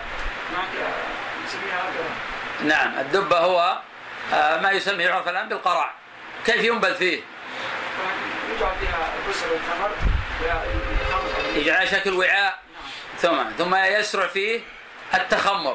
[SPEAKER 2] نعم الدبة هو ما يسمى يعرف الآن بالقرع. كيف ينبذ فيه؟
[SPEAKER 1] يجعل فيها البسر والتمر
[SPEAKER 2] يجعل شكل وعاء ثم يسرع فيه التخمر.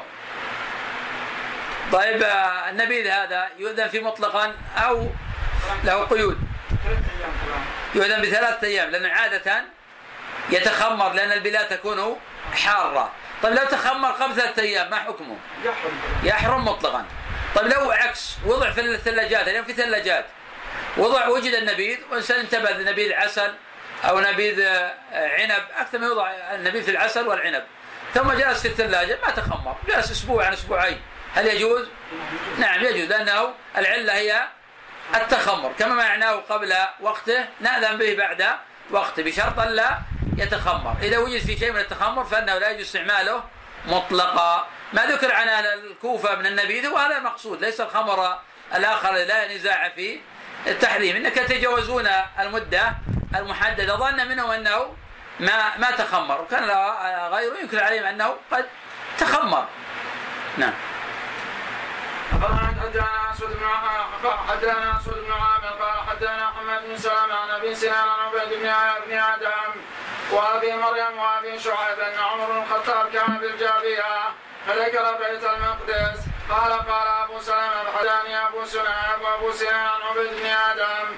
[SPEAKER 2] طيب النبيذ هذا يؤذن فيه مطلقا أو له قيود؟ يؤذن ب3 أيام لأنه عادة يتخمر لأن البلاد تكون حارة. طيب لو تخمر قبل 3 أيام ما حكمه؟ يحرم مطلقا. طيب لو عكس وضع في الثلاجات اليوم في ثلاجات وجد النبيذ وإنسان انتبه نبيذ عسل أو نبيذ عنب أكثر ما يوضع النبيذ في العسل والعنب ثم جلس في الثلاجة ما تخمر جلس أسبوع عن أسبوعين هل يجوز؟ نعم يجوز لأنه العلة هي التخمر كما معناه قبل وقته نأذن به بعد وقته بشرط لا يتخمر. إذا وجد في شيء من التخمر فإنه لا يجوز استعماله مطلقا. ما ذكر عن الكوفة من النبيذ وهذا المقصود ليس الخمر الآخر لا نزاع في التحريم إنك يتجاوزون المدة المحددة ظن منهم أنه ما تخمر وكان غيره ينكر عليهم أنه قد تخمر. نعم.
[SPEAKER 1] حدثنا أسود بن عامر قال حدثنا حماد بن سلمة عن أبي سنان عن عبيد بن آدم وأبي مريم وأبي شعيب أن عمر بن الخطاب كان بالجابية فذكر بيت المقدس قال أبو سلمة حدثني أبو سنان عن عبيد بن آدم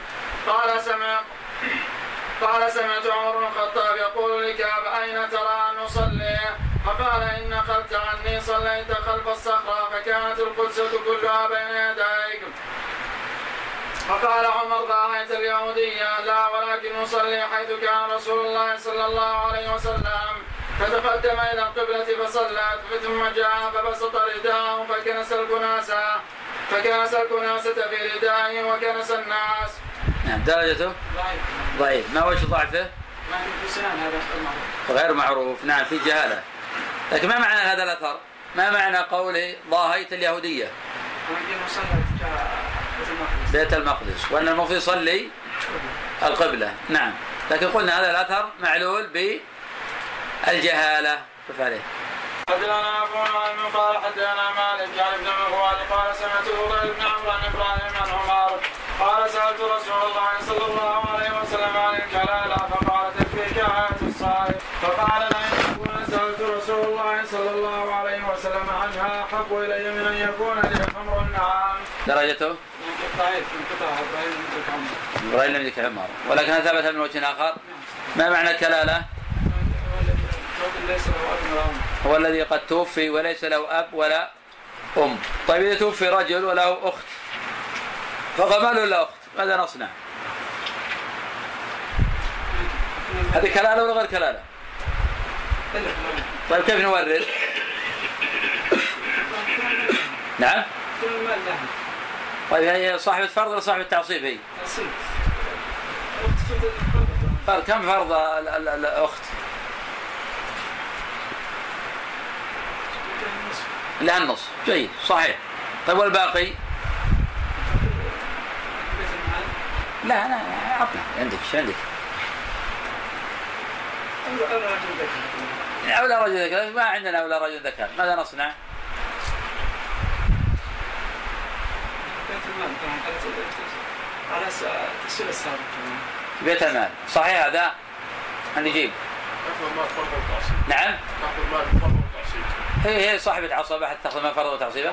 [SPEAKER 1] قال سمعت عمر بن الخطاب يقول لكعب أين ترى أن نصلي؟ فقال إن نقلت عني صليت خلف الصخرة فكانت القدس كلها بين يديك. فقال عمر رأيت اليهودية لا ولكن نصلي حيث كان رسول الله صلى الله عليه وسلم. فتقدم إلى القبلة فصلت ثم جاء فبسط رداءه فكنس الكناسة في ردائه وكنس الناس.
[SPEAKER 2] نعم درجته ضعيف. ما وجه ضعفه؟ غير معروف. نعم في جهالة. لكن ما معنى هذا الأثر؟ ما معنى قوله ضاهيت اليهودية؟ بيت المقدس وأن المفروض يصلي القبلة. نعم لكن قلنا هذا الأثر معلول بالجهالة. كيف عليه؟
[SPEAKER 1] حدثنا أبو نعيم قال حدثنا مالك عن ابن مغوال قال سمعت هريرة بن عمرو عن إبراهيم عن عمر قال سألت رسول الله صلى الله عليه وسلم عن الكلالة فقال تكفيك آية الصائم فقال لئن أكون سألت رسول الله صلى الله عليه وسلم عنها أحب إلي من أن يكون لي خمر النعام.
[SPEAKER 2] درجته؟ إبراهيم لم يذكر عمر ولكن هذا ثبت من وجه آخر. ما معنى الكلالة؟
[SPEAKER 1] ليس له أب ولا أم.
[SPEAKER 2] هو الذي قد توفي وليس له أب ولا أم. طيب إذا توفي رجل وله أخت فقد ما له إلا أخت، ماذا نصنع؟ هذه كلالة ولا غير كلالة؟ طيب كيف نورث؟ نعم؟ طيب هي صاحبة فرض ولا صاحبة تعصيب هي؟ كم فرض الأخت؟ لها النص. جيد صحيح. طيب والباقي؟ لا أنا عطنا عندك ايش عندك؟ أولى رجل ذكر. ما عندنا أولى رجل ذكر، ماذا نصنع؟
[SPEAKER 1] على تسجيل السابق
[SPEAKER 2] بيت المال. صحيح هذا؟ نجيب. نعم. هي صاحبة عصبة حتى تأخذ ما فرض وتعصيبه.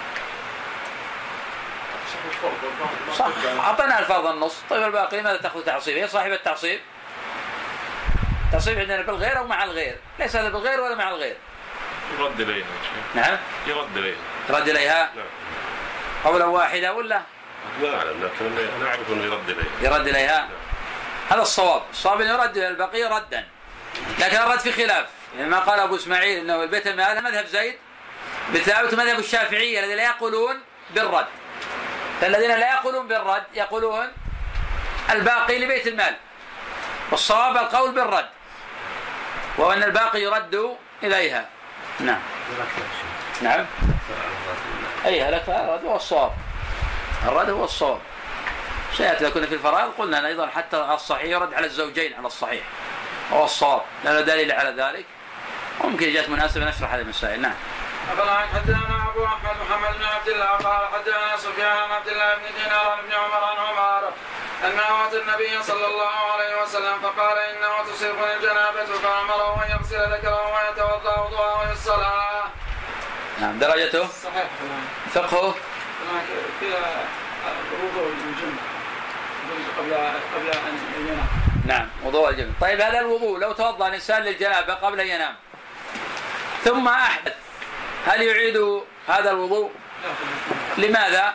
[SPEAKER 2] صح. أعطينا الفرض النص. طيب الباقي ماذا تأخذ تعصيبه؟ هي صاحبة تعصيب. تعصيب عندنا بالغير أو مع الغير. ليس هذا بالغير ولا مع الغير.
[SPEAKER 4] يرد إليها.
[SPEAKER 2] نعم.
[SPEAKER 4] يرد إليها.
[SPEAKER 2] يرد إليها.
[SPEAKER 4] نعم.
[SPEAKER 2] قولا واحدة ولا؟
[SPEAKER 4] لا أعلم لكن أنا أعرف أنه يرد إليها.
[SPEAKER 2] يرد إليها. هذا الصواب. الصواب أنه يرد إلى البقية ردا. لكن الرد في خلاف. يعني ما قال أبو إسماعيل أنه البيت المال مذهب زيد بثابت مذهب الشافعية الذين لا يقولون بالرد. فالذين لا يقولون بالرد يقولون الباقي لبيت المال. والصواب القول بالرد وأن الباقي يرد إليها. نعم. نعم. أي لك الرد هو الصواب. الرد هو الصواب. سيأتي لو كنا في الفرائض قلنا أيضا حتى الصحيح يرد على الزوجين على الصحيح هو الصواب لا دليل على ذلك. وممكن جاءت مناسبة نشرح هذه المسائل. نعم.
[SPEAKER 1] أخبرنا حدثنا أبو أحمد محمد بن عبد الله قال حدثنا سفيان عن عبد الله بن دينار عن ابن عمر عن عمر أنه أتى النبي صلى الله عليه وسلم فقال إنه تصيبني الجنابة فأمره أن يغسل ذكره ويتوضأ وضوءه للصلاة.
[SPEAKER 2] نعم. درجته
[SPEAKER 1] صحيح.
[SPEAKER 2] فقهه
[SPEAKER 1] فيها وضوء الجنة قبل أن ينام.
[SPEAKER 2] نعم. وضوء الجنة. طيب هذا الوضوء لو توضأ الإنسان للجنابة قبل أن ينام ثم أحدث هل يعيد هذا الوضوء؟ لماذا؟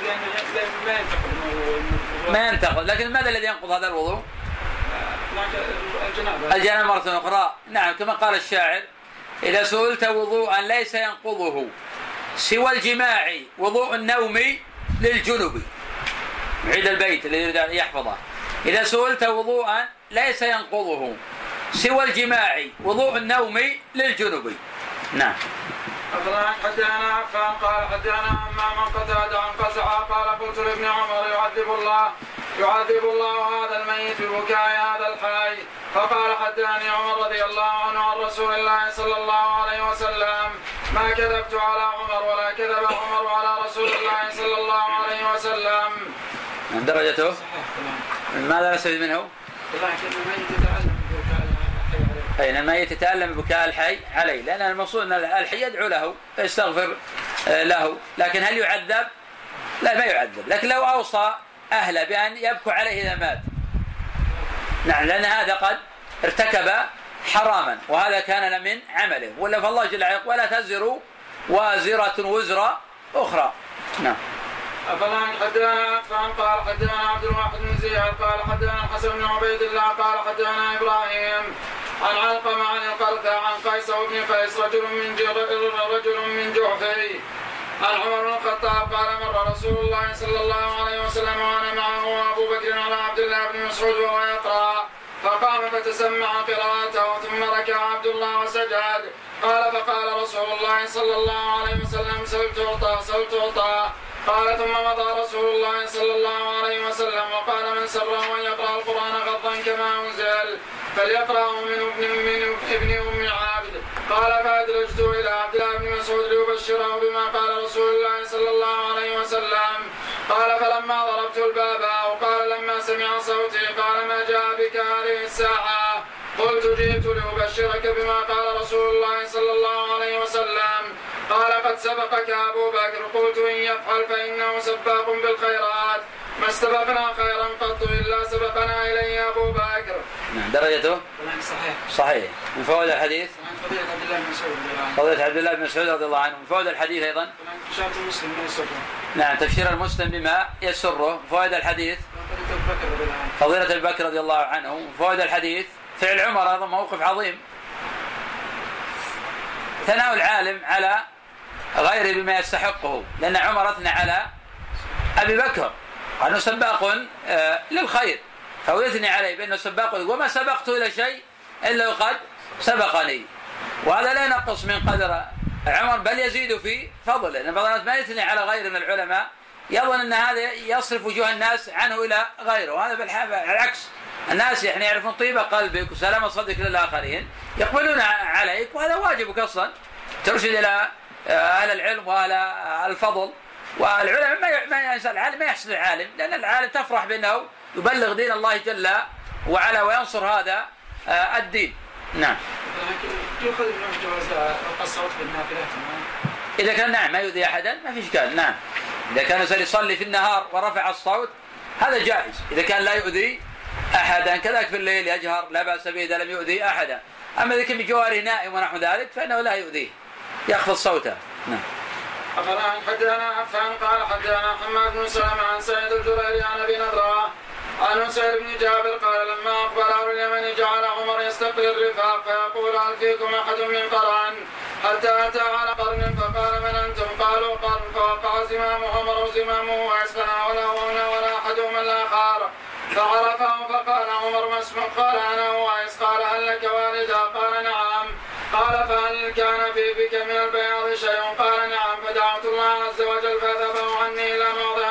[SPEAKER 2] ما ينتقض. لكن ماذا الذي ينقض هذا الوضوء؟ الجنابة مرة أخرى. نعم. كما قال الشاعر إذا سئلت وضوءا ليس ينقضه سوى الجماع وضوء النوم للجنب. عيد البيت الذي يريد أن يحفظه. إذا سئلت وضوءا ليس ينقضه سوى الجماع وضوء النوم للجنب. نعم.
[SPEAKER 1] حدثنا عفان قال حدثنا أمام قتادة عن قزعة قال قلت لابن عمر يعذب الله هذا الميت ببكاء هذا الحي. فقال حدثني عمر رضي الله عنه عن رسول الله صلى الله عليه وسلم ما كذبت على عمر ولا كذب عمر على رسول الله صلى الله عليه وسلم.
[SPEAKER 2] من درجته؟ ماذا نستفيد منه؟ أين الميت يتألم ببكاء الحي عليه لأن المقصود أن الحي يدعو له فيستغفر له. لكن هل يعذب؟ لا ما يعذب. لكن لو أوصى أهله بأن يبكوا عليه إذا مات نعم لأن هذا قد ارتكب حراما وهذا كان من عمله ولا فالله جل وعلا ولا تزر وازرة وزر أخرى. نعم.
[SPEAKER 1] أفلان حدثنا عفان قال حدثنا عبد الواحد بن زياد قال حدثنا الحسن بن عبيد الله قال حدثنا إبراهيم عن علقمة عن القرثة عن قيس بن قيس رجل من جعفي عن عمر بن الخطاب قال مر رسول الله صلى الله عليه وسلم وأنا معه وأبو بكر على عبد الله بن مسعود وهو يقرأ فقام فتسمع قراءته ثم ركع عبد الله وسجد قال فقال رسول الله صلى الله عليه وسلم سل تعطى قال ثم مضى رسول الله صلى الله عليه وسلم وقال من سره أن يقرأ القرآن غضا كما أنزل فليقرأه من ابن أم عابد. قال فأدرجت إلى عبد الله بن مسعود ليبشره بما قال رسول الله صلى الله عليه وسلم. قال فلما ضربت الباب أو قال لما سمع صوتي قال ما جاء بك هذه الساعة؟ قلت جئت لأبشرك بما قال رسول الله صلى الله عليه وسلم. قال قد سبقك أبو بكر. قلت إن يفعل فإنه سباق بالخيرات. ما استبقنا خيرا قط إلا سبقنا إليه أبو بكر.
[SPEAKER 2] درجته
[SPEAKER 1] صحيح.
[SPEAKER 2] صحيح. من فوائد الحديث
[SPEAKER 1] فضيلة عبد الله بن مسعود
[SPEAKER 2] فضيلة عبد الله بن مسعود رضي الله عنه. من فوائد الحديث أيضا
[SPEAKER 1] شاهد المسلم ما يسره.
[SPEAKER 2] نعم تبشير المسلم بما يسره. فوائد الحديث فضيلة أبي بكر رضي الله عنه. فوائد الحديث فعل عمر هذا موقف عظيم، ثناء العالم على غيره بما يستحقه، لأن عمر أثنى على أبي بكر أنه سباق للخير، فهو يثني عليه بأنه سباق وما سبقت إلى شيء إلا وقد سبقني، وهذا لا ينقص من قدر عمر بل يزيد في فضله، لأن بعض الناس ما يثني على غيره من العلماء يظن أن هذا يصرف وجوه الناس عنه إلى غيره، وهذا بالعكس الناس يعني يعرفون طيب قلبك وسلامة صدرك للآخرين يقبلون عليك، وهذا واجبك أصلا ترشد إلى أهل العلم وأهل الفضل. والعلماء ما ينسى العالم، ما يحسد العالم، لأن العالم تفرح بأنه يبلغ دين الله جل وعلا وينصر هذا الدين. نعم.
[SPEAKER 1] يؤخذ منه جواز الصوت بالنافلات
[SPEAKER 2] إذا كان نعم ما يؤذي أحدا ما في إشكال. نعم إذا كان يصلي في النهار ورفع الصوت هذا جائز، إذا كان لا يؤذي أحدا. كذلك في الليل يجهر لا بأس به إذا لم يؤذي أحدا. أما إذا كان بجواره نائم ونحو ذلك فإنه لا يؤذيه، يخفض صوته. نعم.
[SPEAKER 1] أخبرنا حدثنا عفان قال حدثنا حماد بن سلمة عن سعيد الجريري عن أبي نضرة عن سعيد بن جابر قال لما أقبل أهل اليمن جعل عمر يستقبل الرفاق فيقول هل فيكم أحد من قرن، حتى أتى على قرن فقال من أنتم؟ قالوا قرن، فوقع زمام عمر وزمامه وأسفنا ولا أحدهما الآخر فعرفه فقال عمر ما اسمك؟ قال أنا أويس. قال هل لك والدا؟ قال نعم. قال فهل كان في بك من البياض شيء؟ قال نعم. فدعوت الله عز وجل فذهبه عني إلى موضع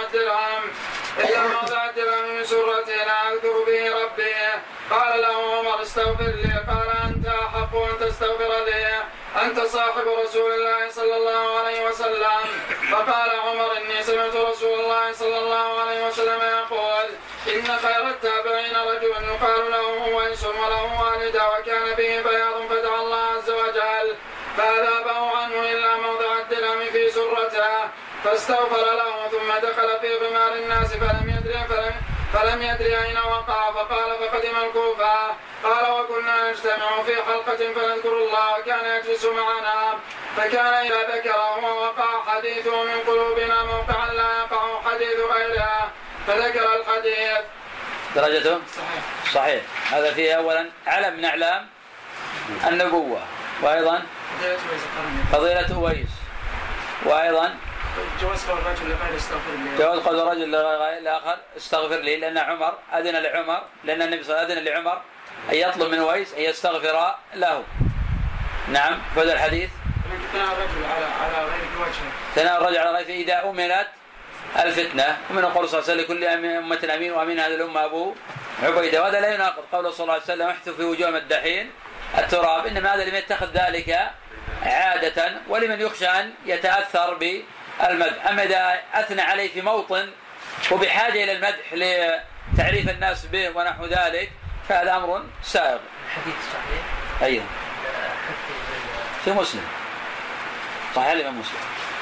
[SPEAKER 1] الدرهم من سرتي لا أذكر به ربي. قال له عمر استغفر لي. قال أنت أحق أن تستغفر لي، أنت صاحب رسول الله صلى الله عليه وسلم. فقال عمر إني سمعت رسول الله صلى الله عليه وسلم يقول إن خير التابعين رجل يقال له أويس وله والده وكان به بياض، فدعا الله عز وجل فأذهبه عنه إلى موضع الدرهم في سرته فاستغفر له، ثم دخل في غمار الناس فلم يدري أين وقع. فقال فقدم الكوفة. قال وكنا نجتمع في حلقة فنذكر الله وكان يجلس معنا، فكان إذا ذكره ووقع حديثه من قلوبنا موقعا لا يقع حديث غيرها فذكر الحديث.
[SPEAKER 2] درجته صحيح. هذا فيه أولا علم من أعلام النبوة، وأيضا فضيلة أويس، وأيضا
[SPEAKER 1] جواز قول الرجل لغير استغفر لي.
[SPEAKER 2] جواز قول الرجل لآخر استغفر لي، لأن عمر أذن لعمر، لأن النبي صلى الله عليه وسلم أذن لعمر أن يطلب من أويس أن يستغفر له. نعم. فهذا الحديث
[SPEAKER 1] ثناء الرجل على غير وجهه،
[SPEAKER 2] ثناء الرجل على غيره إذا أمنت الفتنة، ومن قول صلى الله عليه وسلم لكل أمة أمين وأمين هذه الأمة أبو عبيدة، وهذا لا يناقض قوله صلى الله عليه وسلم احثوا في وجوه المداحين التراب، إنما هذا لمن يتخذ ذلك عادة ولمن يخشى أن يتأثر بالمدح. أما إذا أثنى عليه في موطن وبحاجة إلى المدح لتعريف الناس به ونحو ذلك فهذا أمر سائغ.
[SPEAKER 3] حديث صحيح.
[SPEAKER 2] أيضا في مسلم صحيح الإمام مسلم.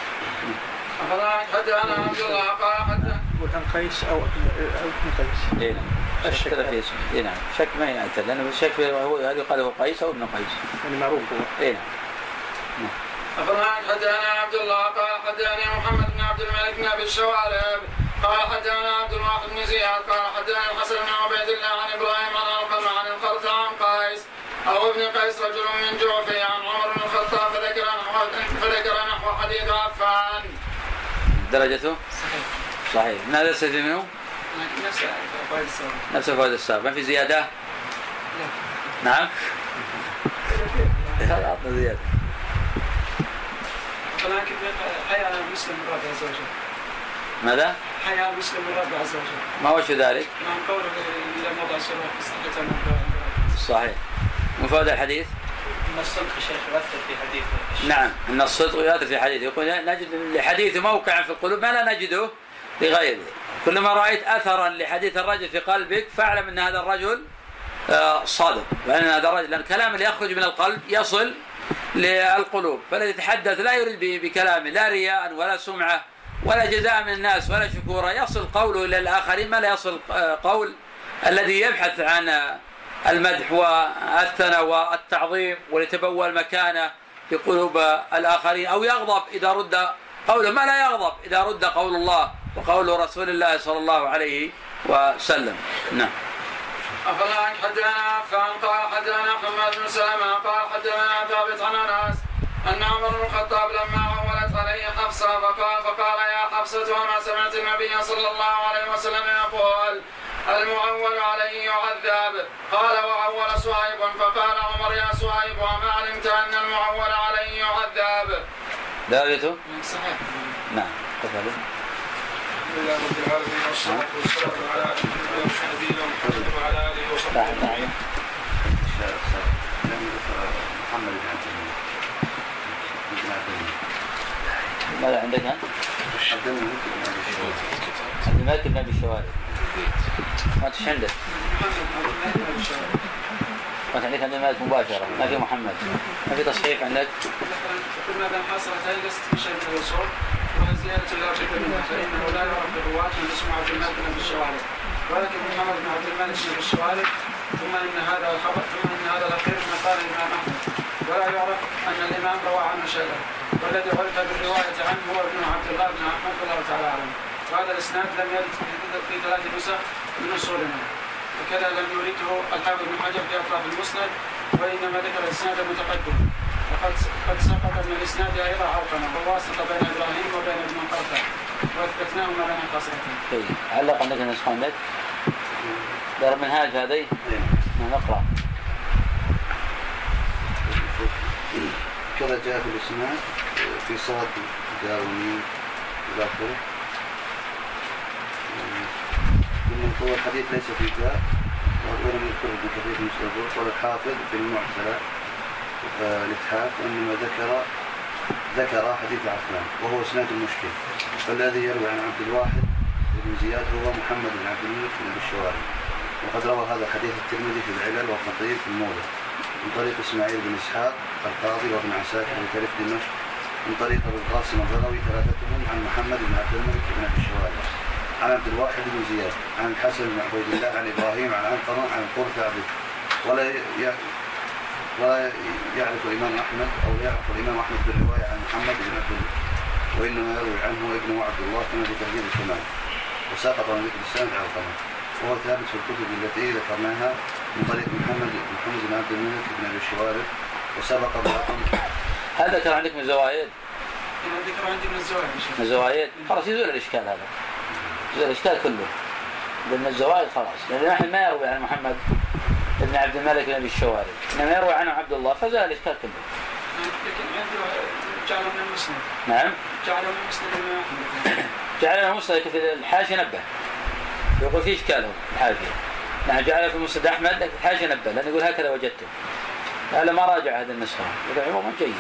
[SPEAKER 1] حتى أنا عبد الله قال حتى
[SPEAKER 5] وكان قيس أو ابن قيس.
[SPEAKER 2] إيه نعم. الشك في اسمه. إيه نعم. شك ما ينأتى لأنه الشك هو هذا يقال هو قيس أو ابن قيس.
[SPEAKER 5] يعني معروف هو.
[SPEAKER 2] إيه نعم.
[SPEAKER 1] حتى أنا عبد الله قال حدثني محمد بن عبد الملك بن أبي الشوارب قال حدثنا عبد الواحد بن زياد قال حدثنا الحسن بن عبيد الله عن إبراهيم عن علقمة عن القرط عن قيس أو ابن قيس رجل من جعفي عن عمر بن الخطاب فذكر نحو حديث عفان.
[SPEAKER 2] درجته صحيح. من هذا السيد منه نفس فوائد السابق، ما في زيادة. نعم. هذا عطنا زيادة.
[SPEAKER 1] ولكن حياة المسلم من رب عز وجل.
[SPEAKER 2] ماذا؟
[SPEAKER 1] حياة المسلم من رب عز وجل.
[SPEAKER 2] ما وجه ذلك؟
[SPEAKER 1] نعم قوله إلى موضع الشرف استحيته
[SPEAKER 2] صحيح. مفاد الحديث
[SPEAKER 3] أن الصدق الشيخ يؤثر في حديثه.
[SPEAKER 2] نعم أن الصدق يؤثر في حديثه. يقول نجد لحديث موقعا في القلوب ما لا نجده لغيره. كلما رأيت أثرا لحديث الرجل في قلبك فاعلم أن هذا الرجل صادق، وأن هذا الرجل لأن الكلام اللي يخرج من القلب يصل للقلوب، فالذي يتحدث لا يريد بكلامه لا رياء ولا سمعة ولا جزاء من الناس ولا شكورا، يصل قوله إلى الآخرين ما لا يصل قول الذي يبحث عن المدح والثناء والتعظيم وليتبوى المكانة في قلوب الآخرين، أو يغضب إذا رد قوله ما لا يغضب إذا رد قول الله وقول رسول الله صلى الله عليه وسلم. نعم.
[SPEAKER 1] أخبرنا حدثنا عفان قال حدثنا حماد بن سلمة قال حدثنا ثابت عن أنس أن عمر بن الخطاب لما عولت عليه حفصة فقال يا حفصة وما سمعت النبي صلى الله عليه وسلم يقول المعول عليه يعذب؟ قال وعول صهيب فقال عمر يا صهيب وما علمت أن المعول عليه يعذب؟
[SPEAKER 2] دلالته؟
[SPEAKER 1] صحيح.
[SPEAKER 2] نعم. تفضل.
[SPEAKER 4] الحمد لله رب العالمين والصلاة والسلام على نبينا محمد وعلى آله وصحبه أجمعين.
[SPEAKER 6] محمد بن عبد
[SPEAKER 2] ماذا عندك أنت؟ عبد الملك بن أبي الشوارب. ما أنتش عندك؟ ما عندك عبد الملك مباشرة، ما في محمد، ما في تصحيح عندك؟
[SPEAKER 1] قلنا بأن حصلت هذه ليست بشيء من الوصول وهي زيادة لا بد منها، فإنه لا يعرف بالرواة من اسمه عبد الملك بن أبي الشوارب، ولكن محمد بن عبد الملك بن أبي الشوارب، ثم إن هذا الخبر ثم إن هذا الأخير ما قال الإمام أحمد، ولا يعرف أن الإمام روى عنه شيئا، والذي عرف بالرواية عنه هو ابن عبد الله بن أحمد والله تعالى أعلم. وهذا الإسناد لم يرد في 3 نسخ من أصولنا، وكذا لم يرده الحافظ بن حجر في أطراف المسند، وإنما ذكر الإسناد المتقدم، وقد سقط من الإسناد أيضا علقمة وواسطة بين إبراهيم وبين ابن قرطة، وأثبتناهما بين قصرتين.
[SPEAKER 2] طيب علق عندك النسخة عندك؟ دار المنهاج هذه؟ نقرأ.
[SPEAKER 6] كذا جاء في الإسناد في صاد داوني إلى آخره. ثم هو الحديث ليس في جاء ولم يذكر ابن كثير في مستدرك ولا الحافظ في المعتلى الإتحاف، وإنما ذكر حديث عفان وهو إسناد المشكل، فالذي يروي عن عبد الواحد بن زياد هو محمد بن عبد الملك بن أبي الشوارب، وقد روى هذا الحديث الترمذي في العلل والخطيب في المولد من طريق إسماعيل بن إسحاق القاضي وابن عساكر وتاريخ دمشق من طريق أبو القاسم البغوي ثلاثتهم عن محمد بن عبد الملك بن أبي الشوارب عن عبد الواحد بن زياد عن الحسن بن عبيد الله عن إبراهيم عن علقمة عن قرة به، ولا يعرف الإمام أحمد أو يعرف الإمام أحمد بالرواية عن محمد بن عبد الله، وإنما يروي عنه ابنه عبد الله كما في تهذيب الكمال، وساقط من ذكر السند علقمة، وهو ثابت في الكتب التي ذكرناها من طريق محمد بن عبد الملك بن أبي الشوارب، وسبق بالرقم.
[SPEAKER 2] هذا كان عندك من الزوايد؟
[SPEAKER 1] ذكر عندي من الزوايد.
[SPEAKER 2] من الزوايد؟ خلاص يزول الإشكال هذا. يزول الإشكال كله. لأن الزوايد خلاص، لأن نحن ما يروي عن محمد ابن عبد الملك بن أبي الشوارب، إنما يروي عنه عبد الله، فزال الإشكال كله.
[SPEAKER 1] لكن عنده جعله من المسند.
[SPEAKER 2] نعم.
[SPEAKER 1] جعله من المسند الإمام.
[SPEAKER 2] جعله من المسند في الحاشية نبه. يقول في إشكاله الحاشية. نعم جعله في مسند أحمد لكن الحاشية نبه، لأن يقول هكذا وجدته. هذا ما راجع هذا النسخة، يقول عموما جيد.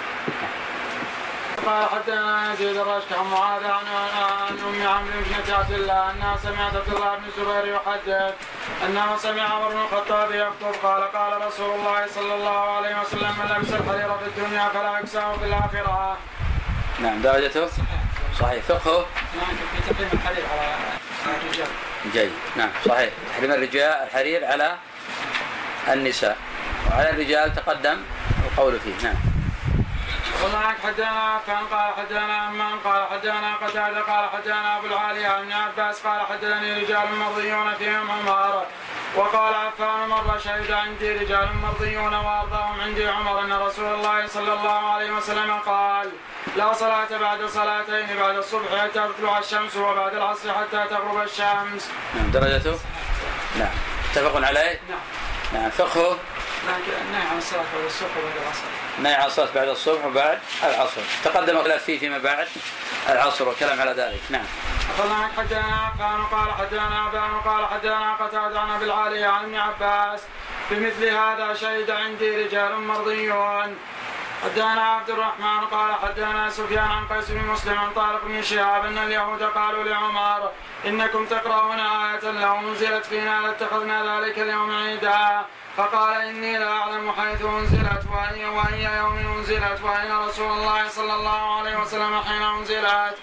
[SPEAKER 1] قال حدثنا يزيد الراشد عن معاذ عن ام عمرو بنت عبد الله انها سمعت عبد الله بن الزبير يحدث انه سمع عمر بن الخطاب يخطب قال رسول الله صلى الله عليه وسلم من لبس الحرير في الدنيا فلا يكساه في الاخره.
[SPEAKER 2] نعم درجته صحيح. فقهه
[SPEAKER 1] نعم في تحريم الحرير على الرجال
[SPEAKER 2] جيد. نعم صحيح، تحريم الحرير على النساء، وعلى الرجال تقدم القول فيه. نعم.
[SPEAKER 1] ومعك حدثنا عفان قال حدثنا عمان قال حدثنا قتادة قال حدثنا ابو العالية عن ابن عباس قال حدثني رجال مرضيون فيهم عمر، وقال عفان مرة شهد عندي رجال مرضيون وارضاهم عندي عمر ان رسول الله صلى الله عليه وسلم قال لا صلاة بعد صلاتين بعد الصبح حتى تطلع الشمس وبعد العصر حتى تغرب الشمس.
[SPEAKER 2] نعم درجته نعم متفق عليه. نعم. فقهه
[SPEAKER 1] النهي عن الصلاة بعد الصبح وبعد العصر.
[SPEAKER 2] النهي عن الصلاة بعد الصبح وبعد العصر، تقدم الخلاف فيه فيما بعد العصر والكلام على ذلك. نعم.
[SPEAKER 1] أخذنا حدثنا عفان قال حدثنا أبان قال حدثنا قتادة عن أبي العالية عن ابن عباس بمثل هذا شهد عندي رجال مرضيون. حدثنا عبد الرحمن قال حدثنا سفيان عن قيس بن مسلم عن طارق بن شهاب أن اليهود قالوا لعمر إنكم تقرؤون آية لو أنزلت فينا لاتخذنا ذلك اليوم عيدا، فقال إني لا أعلم حيث أنزلت وأي يوم أنزلت وأين رسول الله صلى الله عليه وسلم حين أنزلت.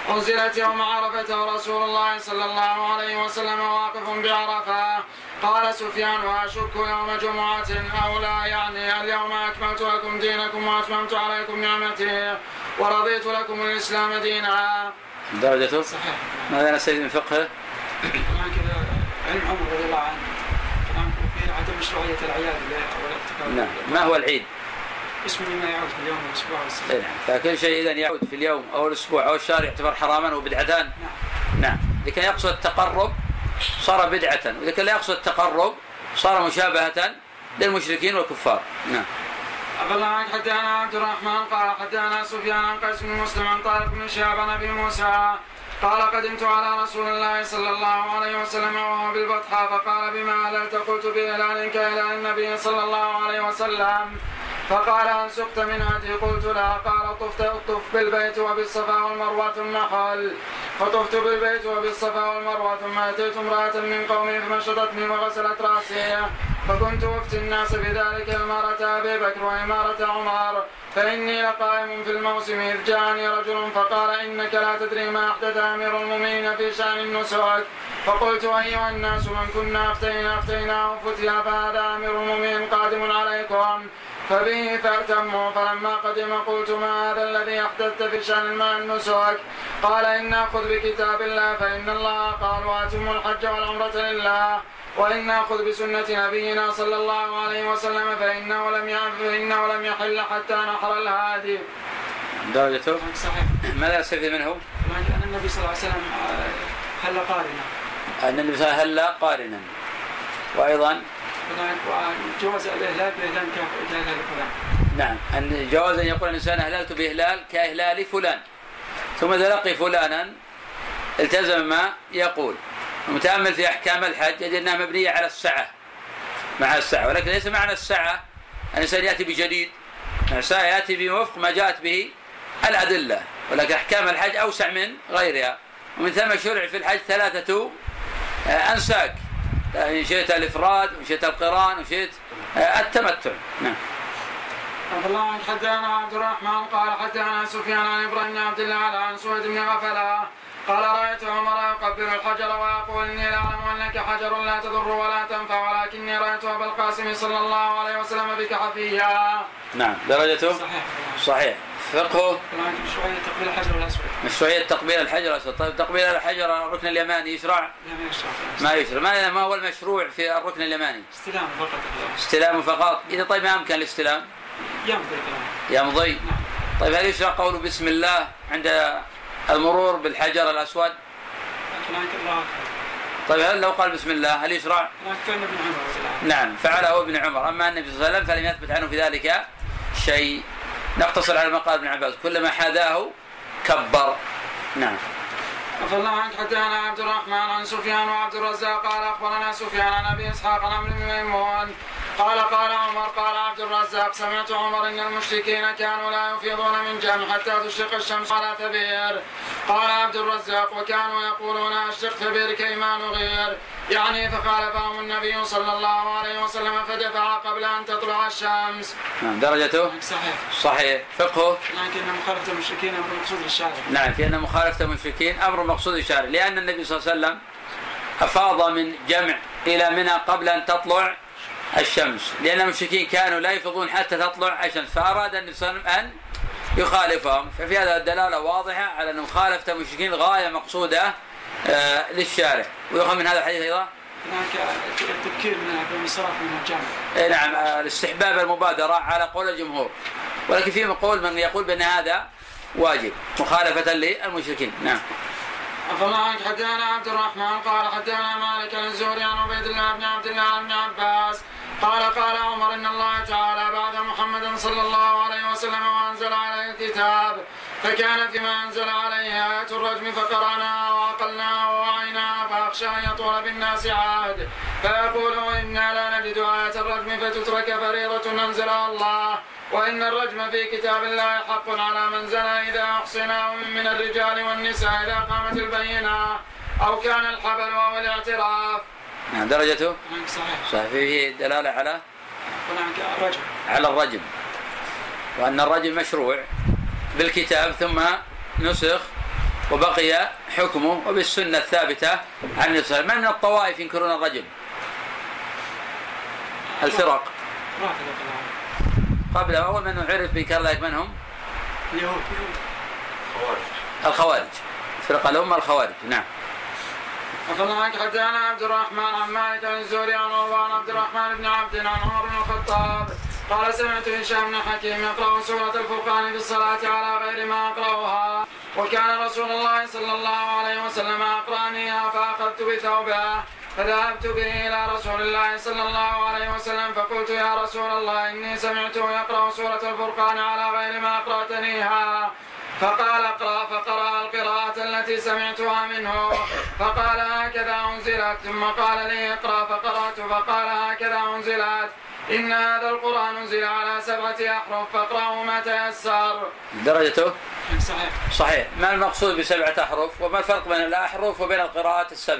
[SPEAKER 1] أنزلت يوم عرفة ورسول الله صلى الله عليه وسلم واقف بعرفة. قال سفيان وأشك يوم جمعة أو لا، يعني اليوم أكملت لكم دينكم وأتممت عليكم نعمتي ورضيت لكم الإسلام دينا.
[SPEAKER 2] درجته
[SPEAKER 1] صحيح.
[SPEAKER 2] ماذا نستفيد من فقهه؟
[SPEAKER 1] طبعا كذا علم عمر رضي الله عنه طبعا في عدم مشروعية الأعياد والاحتفال.
[SPEAKER 2] نعم. ما هو العيد؟
[SPEAKER 1] اسمه ما يعود في اليوم والأسبوع والسنة.
[SPEAKER 2] نعم. فكل شيء إذا يعود في اليوم أو الأسبوع أو الشهر يعتبر حراما وبدعتان. نعم. إذا كان يقصد التقرب صار بدعة، وإذا كان لا يقصد التقرب صار مشابهة للمشركين والكفار. نعم.
[SPEAKER 1] أخبرنا عنك حدثنا عبد الرحمن قال حدثنا سفيان عن قيس بن مسلم عن طارق بن شهاب عن أبي موسى قال قدمت على رسول الله صلى الله عليه وسلم وهو بالبطحاء فقال بما أهللت؟ قلت بإهلال كإهلال النبي صلى الله عليه وسلم. فقال أن سقت من هدي؟ قلت لا. قال طف بالبيت وبالصفا والمروة ثم حل. فطفت بالبيت وبالصفا والمروة ثم أتيت امرأة من قومي فمشطتني وغسلت رأسي، فكنت أفتي الناس بذلك إمارة أبي بكر وإمارة عمر، فإني لقائم في الموسم إذ جاءني رجل فقال إنك لا تدري ما أحدث أمير المؤمنين في شأن النسك. فقلت أيها الناس من كنا أفتيناه فتيا فهذا أمير المؤمنين قادم عليكم فبه فأتموا. فلما قدم قلت ما هذا الذي أحدثت في شأن النسك؟ قال إن نأخذ بكتاب الله فإن الله قال وأتموا الحج والعمرة لله، وإن نأخذ بسنة نبينا صلى الله عليه وسلم فإنه لم يحل حتى نحر الهادي.
[SPEAKER 2] درجته
[SPEAKER 1] صحيح.
[SPEAKER 2] ماذا نستفيد منه؟
[SPEAKER 1] أن النبي صلى الله عليه وسلم هل قارنا.
[SPEAKER 2] أن النبي صلى الله عليه وسلم هل قارنا، وأيضا
[SPEAKER 1] جواز الإهلال بإهلال كإهلال فلان.
[SPEAKER 2] نعم. أن جواز أن يقول الإنسان أهللت بإهلال كإهلال فلان، ثم إذا لقي فلانا التزم ما يقول. المتأمل في أحكام الحج يجد أنها مبنية على السعة مع السعة، ولكن ليس معنى السعة أن الإنسان يأتي بجديد، السعة يأتي بوفق ما جاءت به الأدلة، ولكن أحكام الحج أوسع من غيرها. ومن ثم شرع في الحج 3 أنساك، إن شئت الإفراد وإن شئت القران وإن شئت التمتع. نعم.
[SPEAKER 1] الله عنك حدثنا عبد الرحمن قال حدثنا سفيان عن إبراهيم بن عبد الله عن سويد بن غفلة قال رأيت عمر يقبل الحجر ويقول إني لأعلم أنك حجر لا تضر ولا تنفع، ولكني رأيت أبا القاسم صلى الله عليه وسلم بك حفيا.
[SPEAKER 2] نعم. درجته صحيح. فقهه
[SPEAKER 1] مشروعية تقبيل الحجر الأسود.
[SPEAKER 2] مشروعية تقبيل الحجر الأسود. طيب تقبيل الحجر الركن اليماني يشرع؟ ما يشرع. ما هو المشروع في الركن اليماني؟
[SPEAKER 1] استلام فقط.
[SPEAKER 2] استلام فقط. إذا طيب ما أمكن الاستلام؟ يمضي. نعم. طيب هل يشرع قوله بسم الله عند المرور بالحجر الأسود؟ طيب هل لو قال بسم الله هل يشرع؟ نعم فعله ابن عمر. أما النبي صلى الله عليه وسلم فلم يثبت عنه في ذلك شيء. نقتصر على ما قال ابن عباس كلما حاذاه كبر. نعم.
[SPEAKER 1] الله عنك حدثنا عبد الرحمن عن سفيان وعبد الرزاق قال أخبرنا سفيان عن أبي إسحاق عن عمرو بن ميمون قال عمر قال عبد الرزاق سمعت عمر إن المشركين كانوا لا يفيضون من جمع حتى تشرق الشمس على ثبير. قال عبد الرزاق وكانوا يقولون أشرق ثبير كيما نغير، يعني فخالفهم النبي صلى الله عليه وسلم فدفع قبل أن تطلع الشمس.
[SPEAKER 2] درجته صحيح. فقهه
[SPEAKER 1] لكن مخالفة المشركين أمر مقصود للشارع.
[SPEAKER 2] نعم في أن مخالفة المشركين أمر مقصود للشارع، لأن النبي صلى الله عليه وسلم أفاض من جمع إلى منى قبل أن تطلع الشمس، لأن المشركين كانوا لا يفضون حتى تطلع الشمس، فأراد النبي صلى الله عليه وسلم أن يخالفهم. ففي هذا الدلالة واضحة على أن مخالفة المشركين غاية مقصودة للشارع. ويؤخذ من هذا الحديث أيضا
[SPEAKER 1] التذكير بالانصراف من الجامع.
[SPEAKER 2] نعم الاستحباب المبادرة على قول الجمهور، ولكن في قول من يقول بأن هذا واجب مخالفة للمشركين. نعم.
[SPEAKER 1] أفضل عنك حدثنا عبد الرحمن قال حدثنا مالك الزهري عن عبيد الله بن عبد الله عن عباس قال عمر إن الله تعالى بعث محمدا صلى الله عليه وسلم وأنزل عليه الكتاب، فكان فيما أنزل عليه آية الرجم فقرأناها وعقلناها ووعيناها فأخشى أن يطول بالناس عهد فيقول إنا لا نجد آية الرجم فتترك فريضة أنزلها الله، وإن الرجم في كتاب الله حق على من زنى إذا أحصناه من الرجال والنساء إذا قامت البينة أو كان الحبل أو الاعتراف.
[SPEAKER 2] درجته
[SPEAKER 1] صحيح.
[SPEAKER 2] فيه دلالة على الرجم، وأن الرجم مشروع بالكتاب ثم نسخ وبقي حكمه وبالسنة الثابتة عن النبي صلى الله عليه وسلم. من الطوائف ينكرون الرجم؟ الفرق قبل أول من عرف بإنكار ذلك من هم؟
[SPEAKER 1] اليهود
[SPEAKER 2] الخوارج، فرقة الأمة الخوارج. نعم.
[SPEAKER 1] وقال حدثنا عبد الرحمن عن مالك بن الزهري عن عروة عبد الرحمن بن عبد عن عمر بن الخطاب قال سمعت هشام بن حكيم يقرأ سورة الفرقان في الصلاة على غير ما أقرأها، وكان رسول الله صلى الله عليه وسلم أقرأنيها فأخذت بثوبه فذهبت به إلى رسول الله صلى الله عليه وسلم فقلت يا رسول الله إني سمعته يقرأ سورة الفرقان على غير ما أقرأتنيها، فقال اقرأ، فقرأ القراءة التي سمعتها منه فقال هكذا أنزلت، ثم قال لي اقرأ فقرأت فقال هكذا أنزلت، إن هذا القرآن أنزل على 7 أحرف فاقرأوا ما تيسر.
[SPEAKER 2] درجته
[SPEAKER 1] صحيح.
[SPEAKER 2] صحيح. ما المقصود ب7 أحرف وما الفرق بين الأحرف وبين القراءات ال7؟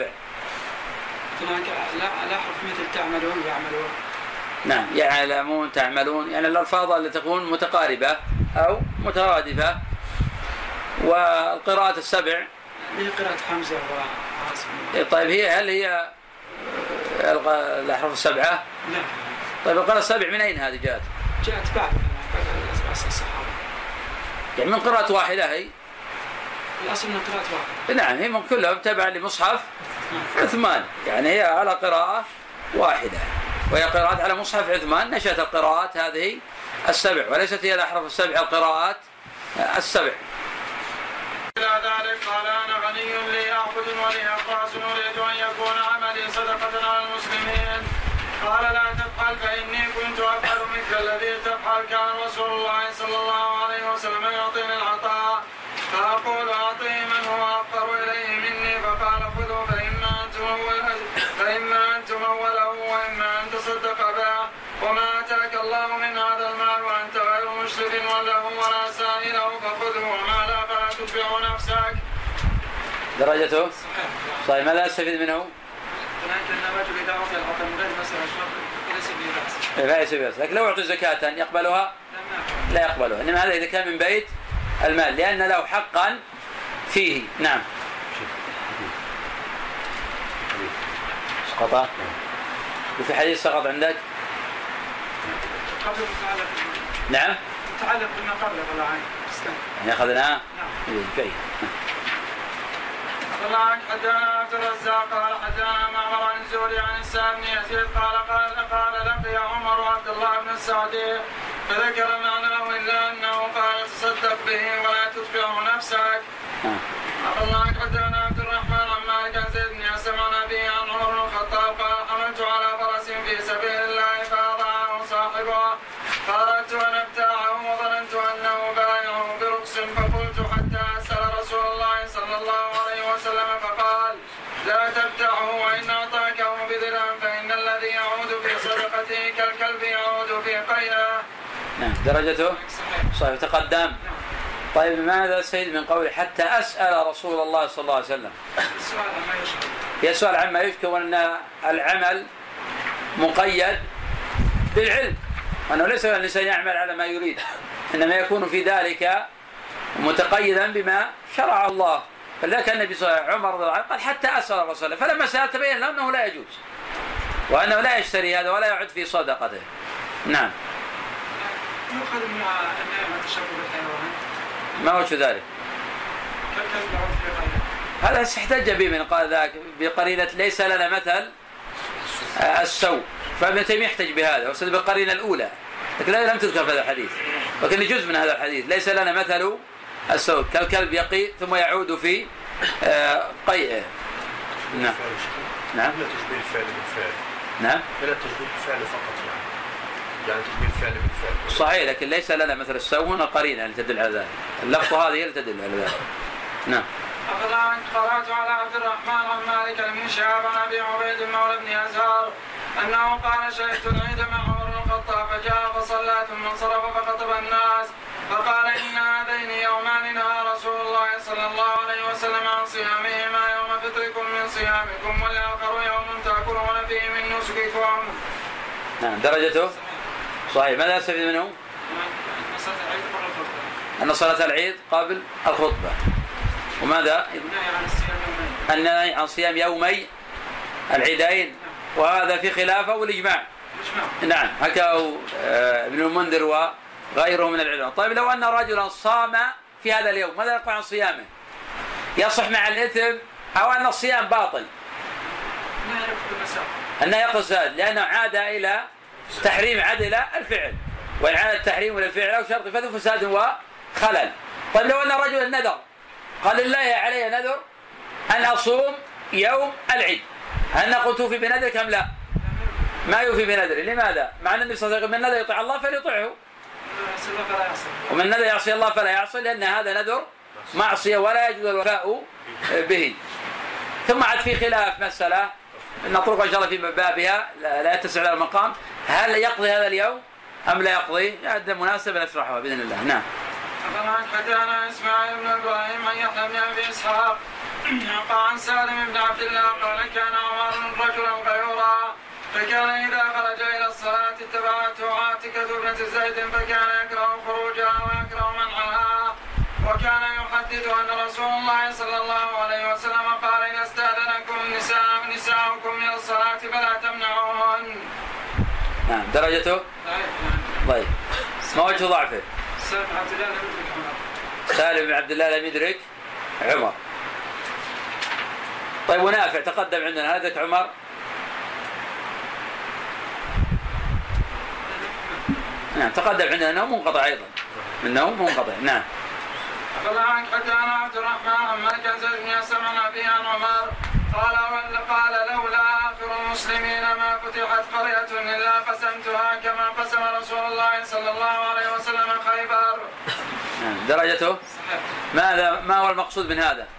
[SPEAKER 1] الأحرف مثل تعملون يعملون.
[SPEAKER 2] نعم، يعلمون تعملون، يعني الألفاظ التي تكون متقاربة أو مترادفة. والقراءة ال7
[SPEAKER 1] هي قراءة حمزة وعاصم.
[SPEAKER 2] طيب هل هي الأحرف ال7؟
[SPEAKER 1] لا.
[SPEAKER 2] طيب القراءة ال7 من أين هذه جاءت؟
[SPEAKER 1] جاءت بعد الصحابة.
[SPEAKER 2] يعني من قراءة واحدة هي؟
[SPEAKER 1] الأصل من قراءة واحدة.
[SPEAKER 2] نعم، هي من كلهم تبع لمصحف عثمان، يعني هي على قراءة واحدة، وهي قراءات على مصحف عثمان. نشأت القراءات هذه ال7 وليست هي الأحرف ال7 القراءات ال7.
[SPEAKER 1] إلى ذلك قال أنا غني لي أعبد ولي أقاس أريد أن يكون عملي صدقة على المسلمين. قال لا تفعل فإني كنت أفعل مثل الذي تفعل، كان رسول الله صلى الله عليه وسلم يعطيني العطاء فأقول أعطيه من هو أفقر إليه مني، فقال خذوا فإما أن تموله وإما أن تصدق به، وما أتاك الله من هذا المال وأنت غير مشرك وله ولا سائله فخذه وما لا فلا تتبع نفسك.
[SPEAKER 2] درجته صحيح. ماذا نستفيد منه؟
[SPEAKER 1] لكن الرجل إذا أعطي العطاء من غير مسألة ليس به بأس.
[SPEAKER 2] لكن لو أعطوا زكاة يقبلها؟ لا يقبلها، إنما هذا إذا كان من بيت المال لأن له حقا فيه. نعم. سقط. وفي حديث سقط عندك؟
[SPEAKER 1] قبل متعلق.
[SPEAKER 2] نعم.
[SPEAKER 1] متعلق بما قبله ولا عين.
[SPEAKER 2] يعني أخذناها؟
[SPEAKER 1] نعم.
[SPEAKER 2] جيد.
[SPEAKER 1] والله عنك حدثنا عبد الرزاق قال حدثنا معمر عن الزهري عن السائب بن يزيد قال لقي عمر وعبد الله بن السعدي فذكر معناه الا انه قال تصدق به ولا تتبعه نفسك. والله عنك حدثنا عبد الرحمن عن مالك عن زيد بن اسلم عن ابيه عن عمر بن الخطاب قال حملت على فرس في سبيل الله فاضعه صاحبه فاردت ان ابتاعه وظننت انه بايعه برخص فقلت حتى اسال رسول الله صلى الله عليه وسلم فقال لا تبتعه وإن أعطاكه بدرهم فإن الذي يعود في صدقته كالكلب يعود في قيله.
[SPEAKER 2] نعم. درجته صحيح. تقدم. طيب ماذا سيد من قوله حتى أسأل رسول الله صلى الله عليه وسلم؟
[SPEAKER 1] السؤال عما يشكو.
[SPEAKER 2] يسأل عما يشكو، وأن العمل مقيد بالعلم، وأنه ليس الإنسان يعمل على ما يريد، إنما يكون في ذلك متقيدا بما شرع الله. فلذلك النبي صلى الله عليه وسلم عمر رضي الله عنه قال حتى أسأل الرسول، فلما سأل تبين له أنه لا يجوز وأنه لا يشتري هذا ولا يعد في صدقته. نعم.
[SPEAKER 1] يؤخذ من أن التشبه بالحيوان.
[SPEAKER 2] ما وجه ذلك؟
[SPEAKER 1] كالكلب يعود في قيله.
[SPEAKER 2] هذا احتج به من قال ذاك بقرينة ليس لنا مثل السوء، فابن تيمية يحتج بهذا واستدل بالقرينة الأولى، لكن لم تذكر في هذا الحديث، لكن جزء من هذا الحديث ليس لنا مثل السوء كالكلب يقي ثم يعود في قيئه. نعم. نعم.
[SPEAKER 7] لا تشبيه الفعل بالفعل.
[SPEAKER 2] نعم.
[SPEAKER 7] لا تشبيه الفعل فقط يعني تشبيه الفعل بالفعل.
[SPEAKER 2] صحيح، لكن ليس لنا مثل السوء هنا قرينة اللي تدل على ذلك، اللفظة هذه اللي تدل على ذلك. نعم.
[SPEAKER 1] قرأت على عبد الرحمن عن مالك بن شهاب عن أبي عبيد مولى بن أزهر أنه قال شهدت العيد مع عمر بن الخطاب فجاء فصلى ثم انصرف فخطب الناس فقال إن هذين يومان نهى رسول الله صلى الله عليه وسلم عن صيامهما يوم فطركم من صيامكم والآخر يوم تأكلون فيه من نسككم.
[SPEAKER 2] نعم. درجته صحيح. ماذا نستفيد منه؟ أن صلاة العيد قبل الخطبة. وماذا؟ النهي عن صيام يومي العيدين، وهذا في خلافه والإجماع. نعم، حكاه ابن المنذر وغيره من العلماء. طيب لو أن رجلا صام في هذا اليوم، ماذا يقع عن صيامه؟ يصح مع الإثم أو أن الصيام باطل؟ أنه يقصد لأنه عاد إلى تحريم، عاد إلى الفعل، وإن عاد التحريم إلى الفعل أو شرط فذو فساد وخلل. طيب لو أن رجلا نذر قال لله علي نذر أن أصوم يوم العيد، هل نقول توفي بنذرك أم لا؟ ما يوفي بنذره. لماذا؟ مع أن النبي صلى الله عليه وسلم من نذر يطيع الله فليطيعه، ومن نذر يعصي الله فلا يعصي، لأن هذا نذر معصية ولا يجوز الوفاء به. ثم عاد في خلاف مسألة نطرقها إن شاء الله في بابها، لا يتسع لها المقام، هل يقضي هذا اليوم أم لا يقضي؟ هذا مناسبة نشرحها بإذن الله. نعم.
[SPEAKER 1] حدثنا إسماعيل بن إبراهيم عن يحيى بن أبي إسحاق عن سالم بن عبد الله قال كان عمر رجلا غيورا فكان إذا خرج إلى الصلاة اتبعته عاتكة بنت زيد فكان يكره خروجها ويكره منعها، وكان يحدث أن رسول الله صلى الله عليه وسلم قال إذا استأذنكم نساؤكم من الصلاة فلا تمنعوهن.
[SPEAKER 2] نعم. درجته؟ طيب. ما وجه ضعفه؟ سالم بن عبد الله لم يدرك عمر. طيب ونافع تقدم عندنا، هل ذاك عمر؟ نعم تقدم عندنا أنه منقطع أيضا، أنه منقطع. نعم.
[SPEAKER 1] أخذ عنك حدثنا عبد الرحمن عن مالك زيد بن سمعنا به عن عمر قال لولا آخر المسلمين ما فتحت قرية إلا قسمتها كما قسم رسول الله صلى الله عليه وسلم خيبر.
[SPEAKER 2] درجته؟ ما هو المقصود من هذا؟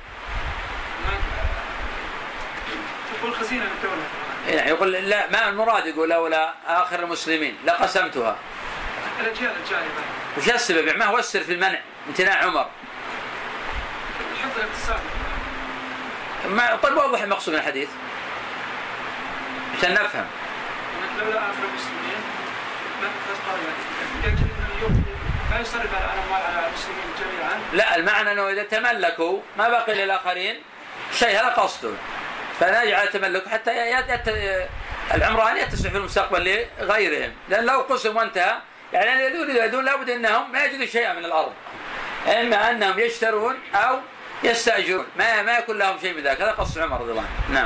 [SPEAKER 1] يقول خزينة الدولة.
[SPEAKER 2] يعني يقول لا، ما المراد؟ يقول لولا آخر المسلمين لقسمتها.
[SPEAKER 1] الأجيال
[SPEAKER 2] وش السبب؟ يعني ما هو السر في المنع امتناع عمر؟
[SPEAKER 1] حفظ الاقتصاد.
[SPEAKER 2] طيب وضح المقصود من الحديث عشان نفهم.
[SPEAKER 1] لولا آخر المسلمين ما فتحت قرية، يجب أن اليوم لا يصرف الأموال على المسلمين جميعا.
[SPEAKER 2] لا، المعنى أنه إذا تملكوا ما بقي للآخرين شيء، هذا قصده، فنجعل التملك حتى العمران يتسع في المستقبل لغيرهم، لأن لو قسم وانتهى يعني يدون لابد أنهم ما يجدوا شيئا من الأرض، إما أنهم يشترون أو يستأجرون، ما يكون لهم شيء من ذلك. هذا قصد عمر رضي الله عنه. نعم.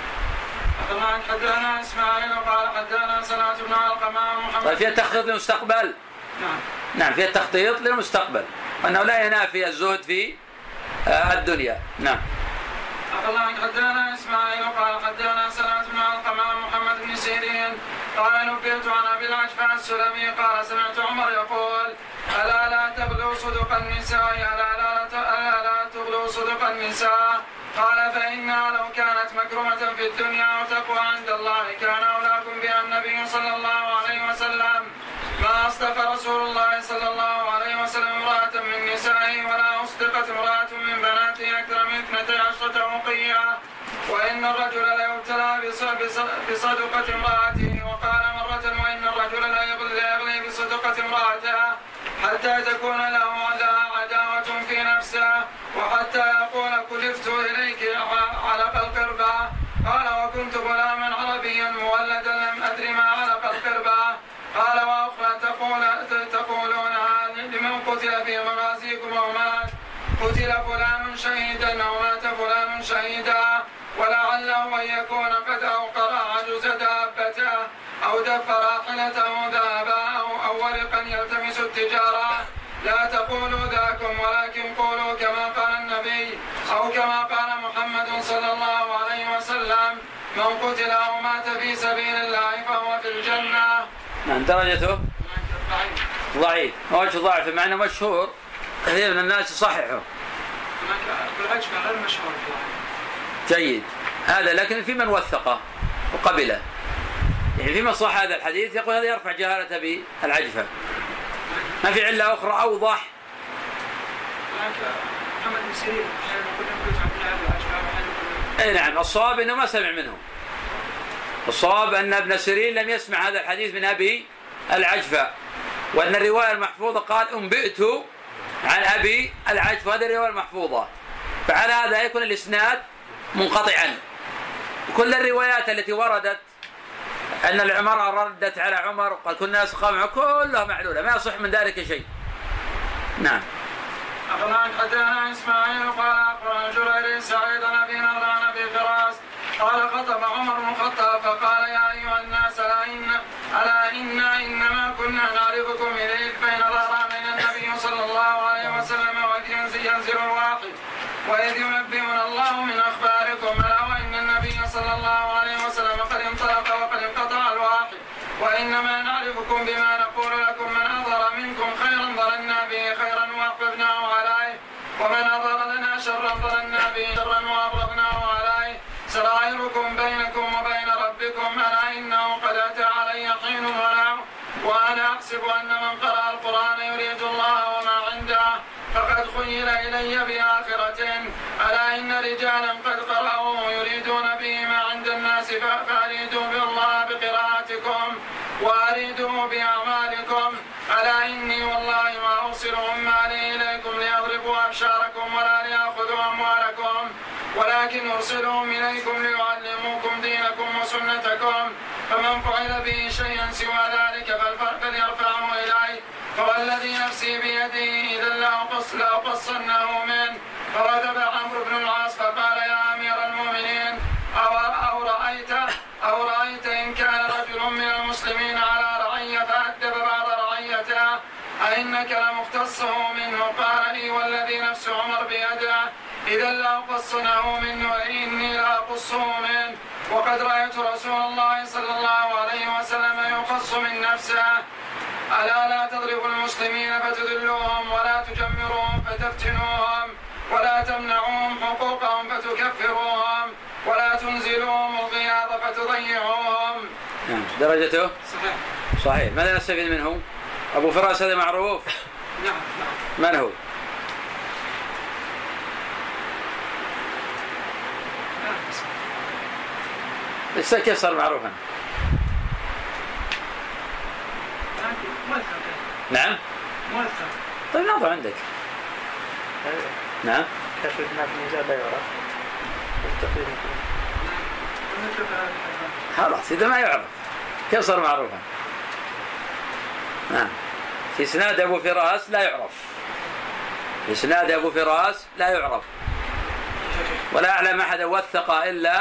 [SPEAKER 1] طبعا حدثنا إسماعيل وقال حدثنا سلمة بن علقمة محمد.
[SPEAKER 2] طيب فيها التخطيط للمستقبل. نعم فيها التخطيط للمستقبل، وأنه لا ينافي الزهد في الدنيا. نعم.
[SPEAKER 1] طبعا حدثنا إسماعيل وقال حدثنا سلمة بن علقمة محمد بن سيرين قال نبئت عن أبي العشفاء السلمي قال سمعت عمر يقول ألا لا تغلوا صدق النساء ألا لا تغلوا صدق النساء قال فإنها لو كانت مكرمة في الدنيا وتقوى عند الله كان أولاكم بها النبي صلى الله عليه وسلم ما أصدق رسول الله صلى الله عليه وسلم امرأة من نسائه ولا أصدقت امرأة من بناته أكثر من 12 وقية وإن الرجل لا يبتلى بصدقة امرأته وقال مرة وإن الرجل لا يغلي بصدقة امرأته حتى تكون له عداوة في نفسه وحتى يقول كلفت إليك علق القربة قال وكنت غلاما عربيا مولدا لم أدري ما علق القربة قال وأخرى تقولونها لمن قتل في مغازيكم أو مات قتل فلان شهيدا أو مات فلان شهيدا ولعله أن يكون قد أوقر عجز دابته أو دف راحلته ذهبا أو ورقا يلتمس التجارة لا تقولوا ذاكم ولكن قولوا كما قال النبي أو كما قال محمد صلى الله عليه وسلم من قتل أو مات في سبيل الله فهو في الجنة.
[SPEAKER 2] نعم. درجته ضعيف. وجه ضعف مع أنه مشهور كثير من الناس يصححه.
[SPEAKER 1] بالعجب غير مشهور.
[SPEAKER 2] جيد هذا، لكن في من وثقه وقبله، يعني في من صح هذا الحديث يقول هذا يرفع جهالة بالعجفة، ما في علة أخرى أوضح.
[SPEAKER 1] محمد بن سيرين
[SPEAKER 2] أي نعم. الصواب أنه ما سمع منه، الصواب أن ابن سيرين لم يسمع هذا الحديث من أبي العجفة، وأن الرواية المحفوظة قال أنبئت عن أبي العجفة، هذه الرواية المحفوظة، فعلى هذا يكون الإسناد منقطعا. كل الروايات التي وردت أن المرأة ردت على عمر وقال كل الناس قاموا كلها معلولة، ما يصح من ذلك شيء. نعم.
[SPEAKER 1] أخبرنا حدثنا إسماعيل قال أخبرنا جرير سعيد أبي نضر عن أبي فراس قال خطب عمر بن الخطاب فقال يا أيها الناس ألا إنما كنا نعرفكم إليك بين ظهراني النبي صلى الله عليه وسلم وإذ ينزل الواحد وإذ ينبئنا الله من أخباركم ألا وإن النبي صلى الله عليه وسلم قد انطلق وقد انقطع الواحد وإنما نعرفكم بما نقول لكم من أظهر منكم خيرا ظننا به خيرا وأحببناه عليه ومن أظهر لنا شرا ظننا به شرا وأبغضناه عليه سرائركم بينكم وبين ربكم ألا إنه قد أتى علي حين وأنا أحسب أن من قرأ القرآن يريد الله وما عنده فقد خيل إلي بآخرة ألا إن رجالا قد قرأوه يريدون به ما عند الناس فأريدوا بالله بقراءتكم وأريدوا بأعمالكم ألا إني والله ما أوصل عمالي إليكم ليضربوا أبشاركم ولا ليأخذوا أموالكم ولكن أرسلهم إليكم ليعلموكم دينكم وسنتكم فمن فعل به شيئا سوى ذلك فليرفعه إليه فوالذي نفسي بيده إذا لأقصنه منه فوثب عمرو بن العاص فقال يا أمير المؤمنين أو رأيت إن كان رجل من المسلمين على رعية فأدب بعض رعيته أئنك لمختصه منه قال إي والذي نفس عمر بيده إذا لأقصنه منه وإني لأقصه منه وقد رأيت رسول الله صلى الله عليه وسلم يقص من نفسه ألا لا تضربوا المسلمين فتذلوهم ولا تجمروهم فتفتنوهم ولا تمنعوهم حقوقهم فتكفروهم ولا تنزلوهم الغياظ فتضيعوهم.
[SPEAKER 2] درجته
[SPEAKER 1] صحيح.
[SPEAKER 2] صحيح. ماذا نستفيد منه؟ أبو فراس هذا معروف؟
[SPEAKER 1] نعم.
[SPEAKER 2] من هو؟ كيف صار معروفا؟ نعم. طيب ناظر عندك. نعم.
[SPEAKER 5] كشف ابن الميزان لا يعرف.
[SPEAKER 2] خلاص إذا ما يعرف كيف صار معروفا؟ نعم. في إسناد أبو فراس لا يعرف. في إسناد أبو فراس لا يعرف. ولا أعلم أحد وثق إلا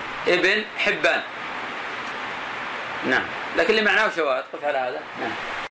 [SPEAKER 2] ابن حبان. نعم. لكن اللي معناه شواهد قف على هذا. نعم.